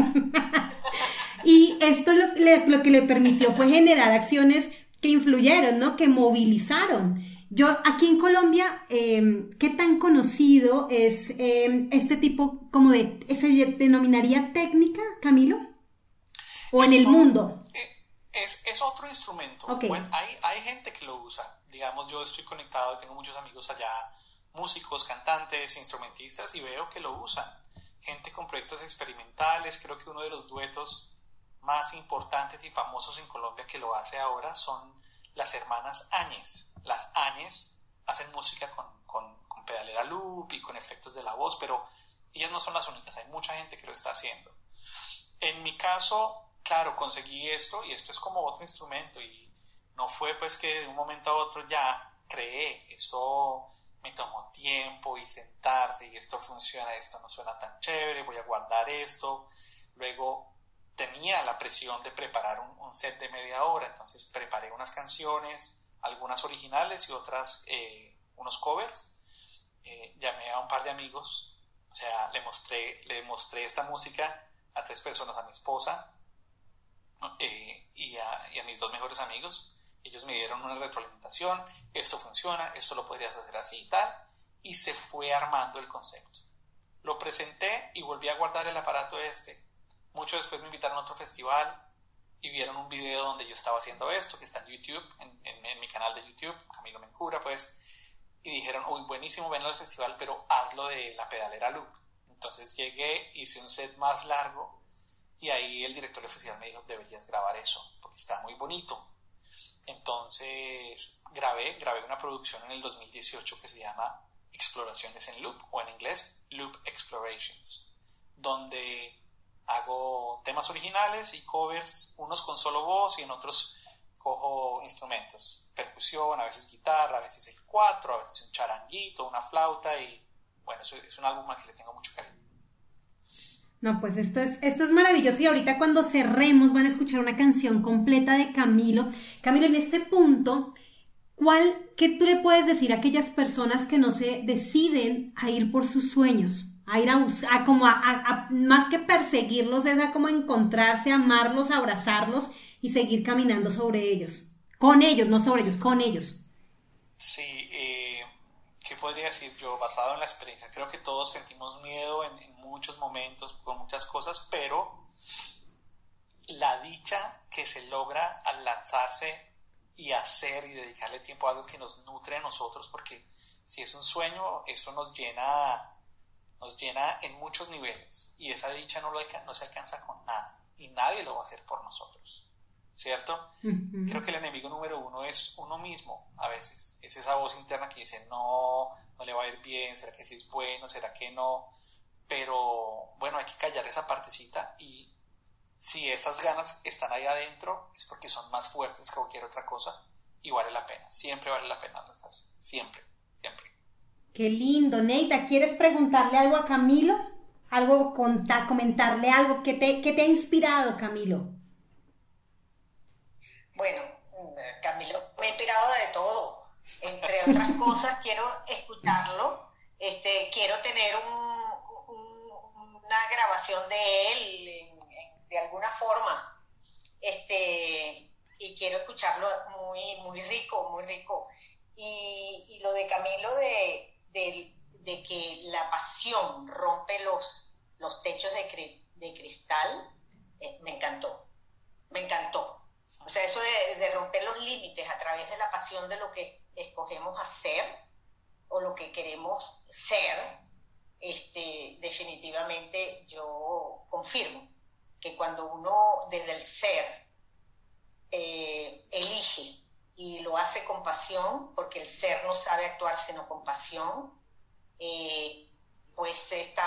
Y esto lo, le, lo que le permitió fue generar acciones que influyeron, ¿no? Que movilizaron. Yo, aquí en Colombia, eh, ¿qué tan conocido es eh, este tipo como de, se denominaría técnica, Camilo? ¿O en el mundo? Es, es otro instrumento. Okay. Bueno, hay, hay gente que lo usa. Digamos, yo estoy conectado, tengo muchos amigos allá, músicos, cantantes, instrumentistas, y veo que lo usan. Gente con proyectos experimentales. Creo que uno de los duetos más importantes y famosos en Colombia que lo hace ahora son las hermanas Áñez. Las Áñez hacen música con, con, con pedalera loop y con efectos de la voz, pero ellas no son las únicas, hay mucha gente que lo está haciendo. En mi caso, claro, conseguí esto y esto es como otro instrumento y no fue pues que de un momento a otro ya creé. Eso me tomó tiempo y sentarse y esto funciona, esto no suena tan chévere, voy a guardar esto. Luego tenía la presión de preparar un, un set de media hora, entonces preparé unas canciones, algunas originales y otras, eh, unos covers. Eh, llamé a un par de amigos, o sea, le mostré, le mostré esta música a tres personas, a mi esposa eh, y, a, y a mis dos mejores amigos. Ellos me dieron una retroalimentación, esto funciona, esto lo podrías hacer así y tal, y se fue armando el concepto. Lo presenté y volví a guardar el aparato este. Mucho después me invitaron a otro festival y vieron un video donde yo estaba haciendo esto, que está en YouTube, en, en, en mi canal de YouTube, Camilo Mencura, pues, y dijeron, uy, buenísimo, ven al festival, pero hazlo de la pedalera loop. Entonces llegué, hice un set más largo y ahí el director del festival me dijo, deberías grabar eso, porque está muy bonito. Entonces grabé, grabé una producción en el dos mil dieciocho que se llama Exploraciones en Loop, o en inglés Loop Explorations, donde hago temas originales y covers, unos con solo voz y en otros cojo instrumentos, percusión, a veces guitarra, a veces el cuatro, a veces un charanguito, una flauta, y bueno, es, es un álbum al que le tengo mucho cariño. No, pues esto es, esto es maravilloso y ahorita cuando cerremos van a escuchar una canción completa de Camilo. Camilo, en este punto, ¿cuál, qué tú le puedes decir a aquellas personas que no se deciden a ir por sus sueños? A ir a buscar, como a, a, a, más que perseguirlos, es a como encontrarse, amarlos, abrazarlos y seguir caminando sobre ellos. Con ellos, no sobre ellos, con ellos. Sí, eh, ¿qué podría decir yo? Basado en la experiencia, creo que todos sentimos miedo en, en muchos momentos, con muchas cosas, pero la dicha que se logra al lanzarse y hacer y dedicarle tiempo a algo que nos nutre a nosotros, porque si es un sueño, eso nos llena... nos llena en muchos niveles y esa dicha no, lo alca- no se alcanza con nada y nadie lo va a hacer por nosotros, ¿cierto? Uh-huh. Creo que el enemigo número uno es uno mismo a veces, es esa voz interna que dice no, no le va a ir bien, ¿será que sí es bueno? ¿Será que no? Pero bueno, hay que callar esa partecita y si esas ganas están ahí adentro es porque son más fuertes que cualquier otra cosa y vale la pena, siempre vale la pena, siempre, siempre. Qué lindo. Neida, ¿quieres preguntarle algo a Camilo? Algo, contar, comentarle algo que te, que te ha inspirado, Camilo. Bueno, Camilo me ha inspirado de todo. Entre otras cosas, quiero escucharlo. Este, quiero tener un, un, una grabación de él en, en, de alguna forma. Este, y quiero escucharlo muy, muy rico, muy rico. Y, y lo de Camilo de De, de que la pasión rompe los, los techos de, cri, de cristal, eh, me encantó, me encantó. O sea, eso de, de romper los límites a través de la pasión de lo que escogemos hacer o lo que queremos ser, este, definitivamente yo confirmo que cuando uno desde el ser eh, elige y lo hace con pasión, porque el ser no sabe actuar sino con pasión, eh, pues está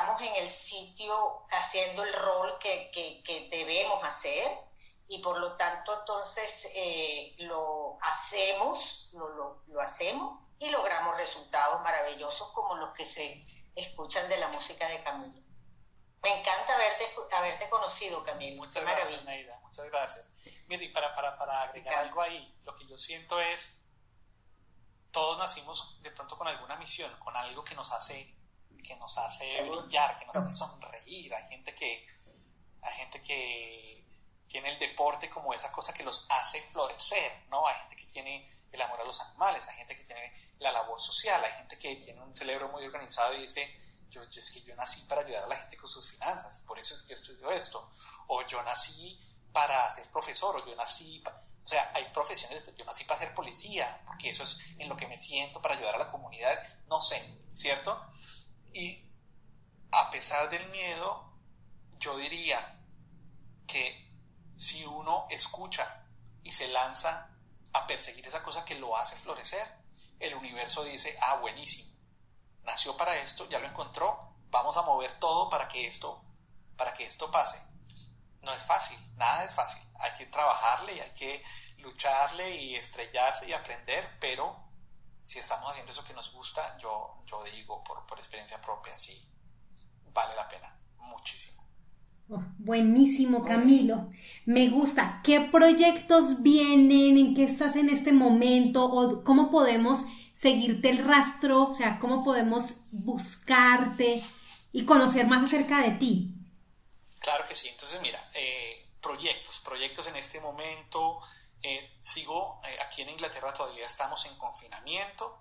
estamos en el sitio haciendo el rol que, que, que debemos hacer y por lo tanto entonces eh, lo hacemos, lo, lo, lo hacemos y logramos resultados maravillosos como los que se escuchan de la música de Camilo. Me encanta haberte, haberte conocido, Camilo. Muchas Qué gracias, maravilla. Neida, muchas gracias. Mire, y para, para, para agregar algo ahí, lo que yo siento es, todos nacimos de pronto con alguna misión, con algo que nos hace, que nos hace brillar, que nos hace sonreír. Hay gente que, hay gente que tiene el deporte como esa cosa que los hace florecer, ¿no? Hay gente que tiene el amor a los animales, hay gente que tiene la labor social, hay gente que tiene un cerebro muy organizado y dice, yo, yo es que yo nací para ayudar a la gente con sus finanzas, y por eso es que yo estudio esto, o yo nací para ser profesor, o yo nací, para... o sea, hay profesiones, yo nací para ser policía, porque eso es en lo que me siento para ayudar a la comunidad, no sé, ¿cierto? Y a pesar del miedo, yo diría que si uno escucha y se lanza a perseguir esa cosa que lo hace florecer, el universo dice, ah, buenísimo, nació para esto, ya lo encontró, vamos a mover todo para que esto, para que esto pase. No es fácil, nada es fácil, hay que trabajarle y hay que lucharle y estrellarse y aprender, pero si estamos haciendo eso que nos gusta, yo, yo digo por, por experiencia propia, sí, vale la pena, muchísimo. Oh, buenísimo, Camilo. Me gusta. ¿Qué proyectos vienen? ¿En qué estás en este momento? ¿O cómo podemos seguirte el rastro? O sea, ¿cómo podemos buscarte y conocer más acerca de ti? Claro que sí. Entonces, mira, eh, proyectos, proyectos en este momento. Eh, sigo eh, aquí en Inglaterra, todavía estamos en confinamiento.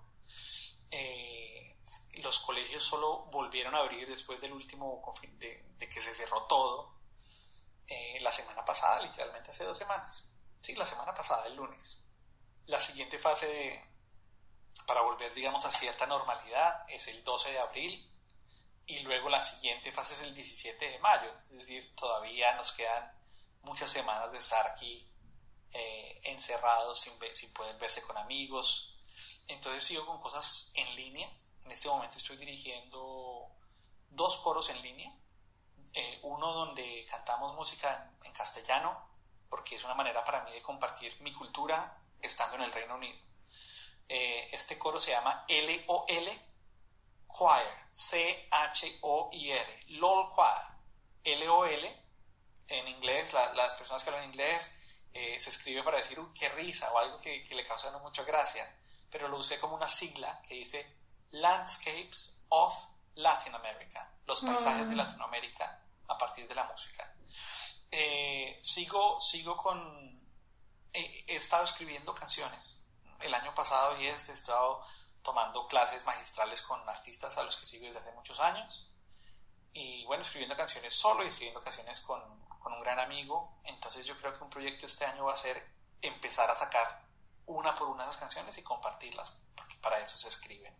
Eh, los colegios solo volvieron a abrir después del último confin- de, de que se cerró todo eh, la semana pasada, literalmente hace dos semanas. Sí, la semana pasada, el lunes. La siguiente fase de, para volver, digamos, a cierta normalidad es el doce de abril y luego la siguiente fase es el diecisiete de mayo. Es decir, todavía nos quedan muchas semanas de estar aquí eh, encerrados sin, ver, sin poder verse con amigos. Entonces sigo con cosas en línea. En este momento estoy dirigiendo dos coros en línea. Eh, uno donde cantamos música en, en castellano, porque es una manera para mí de compartir mi cultura estando en el Reino Unido. Eh, este coro se llama L O L Choir, C H O I R, L O L Choir. L O L, en inglés, la, las personas que hablan inglés, eh, se escribe para decir, uy, qué risa, o algo que, que le causa no mucha gracia, pero lo usé como una sigla que dice Landscapes of Latin America, los paisajes mm. de Latinoamérica a partir de la música. Eh, sigo, sigo con... Eh, he estado escribiendo canciones. El año pasado y este he estado tomando clases magistrales con artistas a los que sigo desde hace muchos años. Y bueno, escribiendo canciones solo y escribiendo canciones con, con un gran amigo. Entonces yo creo que un proyecto este año va a ser empezar a sacar una por una esas canciones y compartirlas, porque para eso se escriben.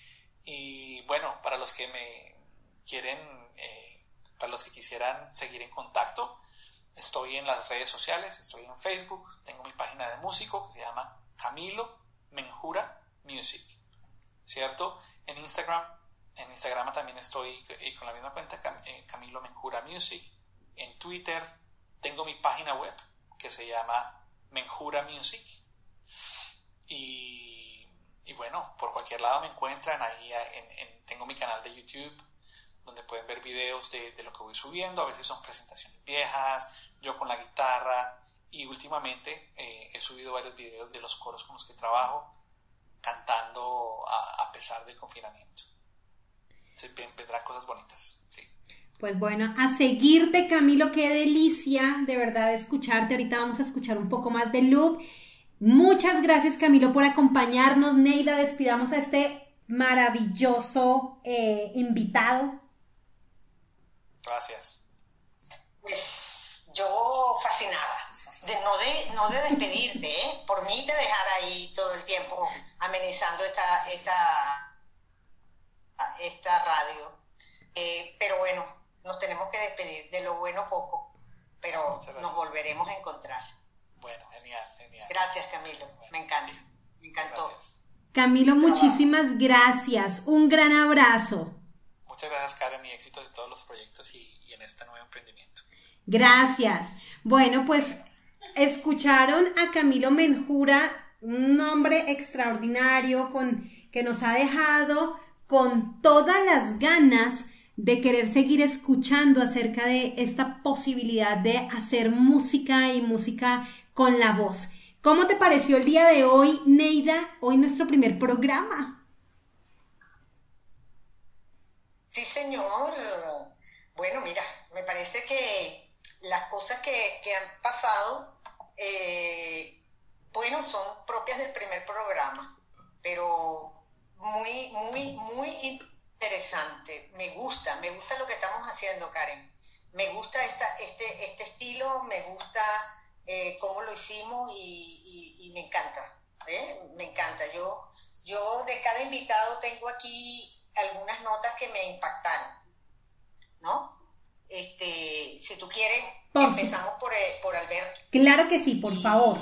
Y bueno, para los que me quieren, eh, para los que quisieran seguir en contacto, estoy en las redes sociales, estoy en Facebook, tengo mi página de músico que se llama Camilo Menjura Music, ¿cierto? En Instagram, en Instagram también estoy eh, con la misma cuenta, Cam, eh, Camilo Menjura Music. En Twitter tengo mi página web que se llama Menjura Music. Y, y bueno, por cualquier lado me encuentran ahí, en, en, tengo mi canal de YouTube donde pueden ver videos de, de lo que voy subiendo. A veces son presentaciones viejas, yo con la guitarra, y últimamente eh, he subido varios videos de los coros con los que trabajo cantando a, a pesar del confinamiento. Se vendrán cosas bonitas, sí. Pues bueno, a seguirte, Camilo, qué delicia de verdad escucharte. Ahorita vamos a escuchar un poco más de Loop. Muchas gracias, Camilo, por acompañarnos. Neida, despidamos a este maravilloso eh, invitado. Gracias. Pues yo fascinada. De, no, de, no de despedirte, ¿eh? Por mí te dejar ahí todo el tiempo amenizando esta, esta, esta radio. Eh, pero bueno, nos tenemos que despedir. De lo bueno poco, pero nos volveremos a encontrar. Bueno, genial, genial. Gracias, Camilo. Bueno, me encanta. Me encantó. Gracias. Camilo, muchísimas gracias. Un gran abrazo. Muchas Muchas gracias, Karen, y éxitos en todos los proyectos y, y en este nuevo emprendimiento. Gracias. Bueno, pues escucharon a Camilo Menjura, un hombre extraordinario con, que nos ha dejado con todas las ganas de querer seguir escuchando acerca de esta posibilidad de hacer música y música con la voz. ¿Cómo te pareció el día de hoy, Neida? Hoy nuestro primer programa. Sí, señor. Bueno, mira, me parece que las cosas que, que han pasado, eh, bueno, son propias del primer programa, pero muy, muy, muy interesante. Me gusta, me gusta lo que estamos haciendo, Karen. Me gusta esta, este, este estilo, me gusta eh, cómo lo hicimos y, y, y me encanta, ¿eh? Me encanta. Yo, yo de cada invitado tengo aquí algunas notas que me impactaron, ¿no? Este, si tú quieres, por empezamos por, por Alberto. Claro que sí, por y, favor.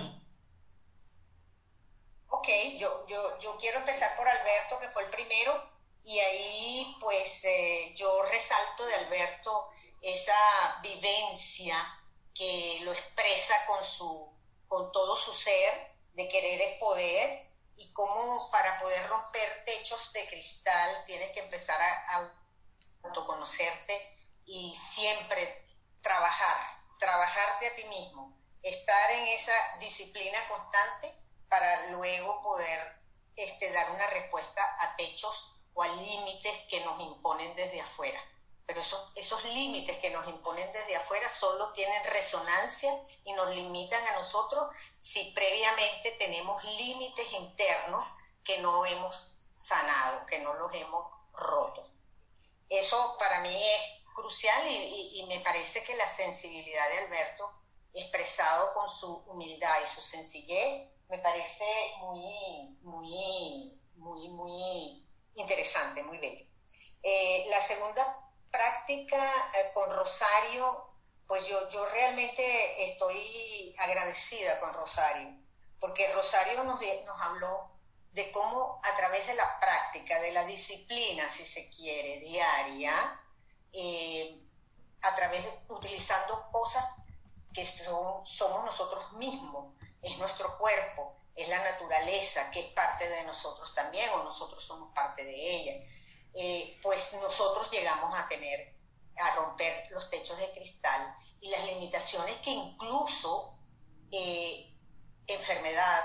Ok, yo, yo, yo quiero empezar por Alberto, que fue el primero, y ahí pues eh, yo resalto de Alberto esa vivencia que lo expresa con, su, con todo su ser, de querer es poder, y cómo para poder romper techos de cristal tienes que empezar a, a autoconocerte y siempre trabajar, trabajarte a ti mismo, estar en esa disciplina constante para luego poder este, dar una respuesta a techos o a límites que nos imponen desde afuera. Pero esos, esos límites que nos imponen desde afuera solo tienen resonancia y nos limitan a nosotros si previamente tenemos límites internos que no hemos sanado, que no los hemos roto. Eso para mí es crucial y, y, y me parece que la sensibilidad de Alberto, expresado con su humildad y su sencillez, me parece muy, muy, muy, muy interesante, muy bello. Eh, la segunda práctica eh, con Rosario, pues yo, yo realmente estoy agradecida con Rosario, porque Rosario nos, nos habló de cómo a través de la práctica, de la disciplina, si se quiere, diaria, eh, a través de utilizando cosas que son, somos nosotros mismos, es nuestro cuerpo, es la naturaleza, que es parte de nosotros también, o nosotros somos parte de ella. Eh, pues nosotros llegamos a tener, a romper los techos de cristal y las limitaciones que incluso eh, enfermedad,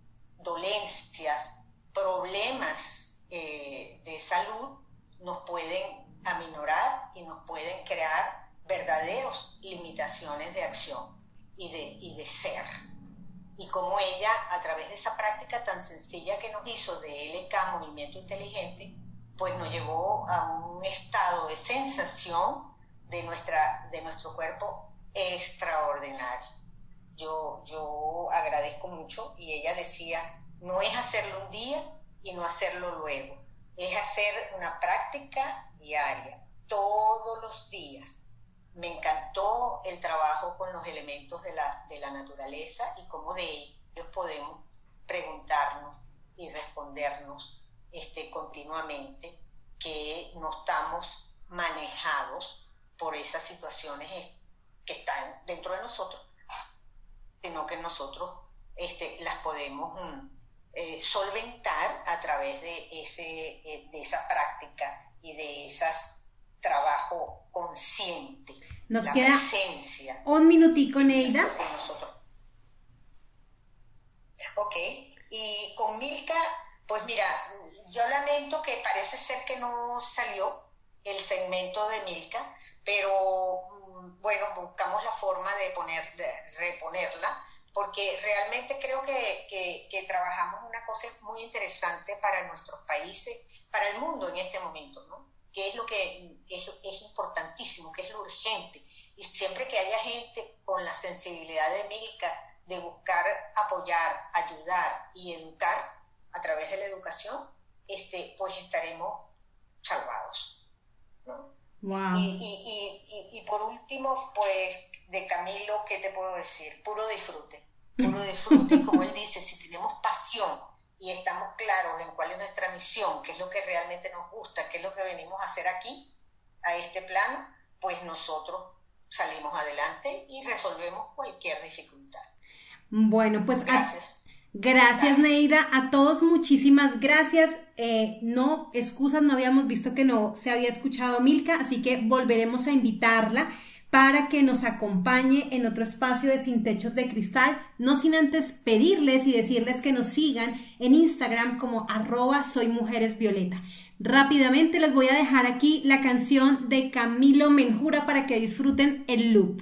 dolencias, problemas eh, de salud nos pueden aminorar y nos pueden crear verdaderos limitaciones de acción y de, y de ser. Y como ella, a través de esa práctica tan sencilla que nos hizo de L K, Movimiento Inteligente, pues nos llevó a un estado de sensación de, nuestra, de nuestro cuerpo extraordinario. Yo, yo agradezco mucho y ella decía, no es hacerlo un día y no hacerlo luego, es hacer una práctica diaria, todos los días. Me encantó el trabajo con los elementos de la, de la naturaleza y cómo de ellos podemos preguntarnos y respondernos Este, continuamente, que no estamos manejados por esas situaciones que están dentro de nosotros, sino que nosotros este, las podemos eh, solventar a través de, ese, eh, de esa práctica y de esas trabajo consciente. Nos la queda presencia un minutico, Neida. Con nosotros. Ok, y con Milka, pues mira, yo lamento que parece ser que no salió el segmento de Milka, pero bueno, buscamos la forma de, poner, de reponerla, porque realmente creo que, que, que trabajamos una cosa muy interesante para nuestros países, para el mundo en este momento, ¿no? Que es lo que es, es importantísimo, que es lo urgente. Y siempre que haya gente con la sensibilidad de Milka de buscar apoyar, ayudar y educar a través de la educación, este, pues estaremos salvados, ¿no? Wow. Y, y, y, y, y por último, pues de Camilo, ¿qué te puedo decir? Puro disfrute, puro disfrute, como él dice, si tenemos pasión y estamos claros en cuál es nuestra misión, qué es lo que realmente nos gusta, qué es lo que venimos a hacer aquí, a este plano, pues nosotros salimos adelante y resolvemos cualquier dificultad. Bueno, pues gracias. A, gracias Neida, a todos muchísimas gracias. Eh, no, excusas, no habíamos visto que no se había escuchado a Milka, así que volveremos a invitarla para que nos acompañe en otro espacio de Sin Techos de Cristal, no sin antes pedirles y decirles que nos sigan en Instagram como arroba soy mujeres violeta. Rápidamente les voy a dejar aquí la canción de Camilo Menjura para que disfruten el loop.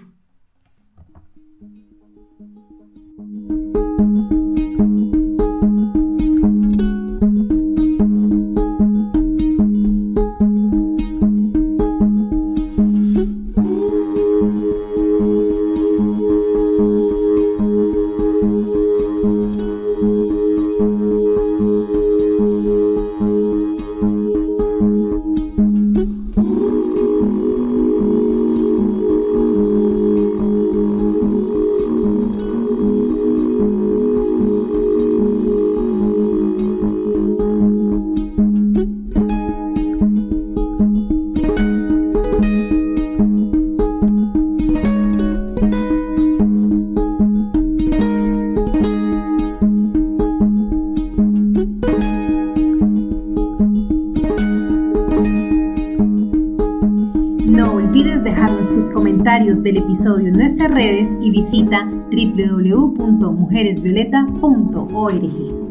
Del episodio en nuestras redes y visita doble u doble u doble u punto mujeres violeta punto org.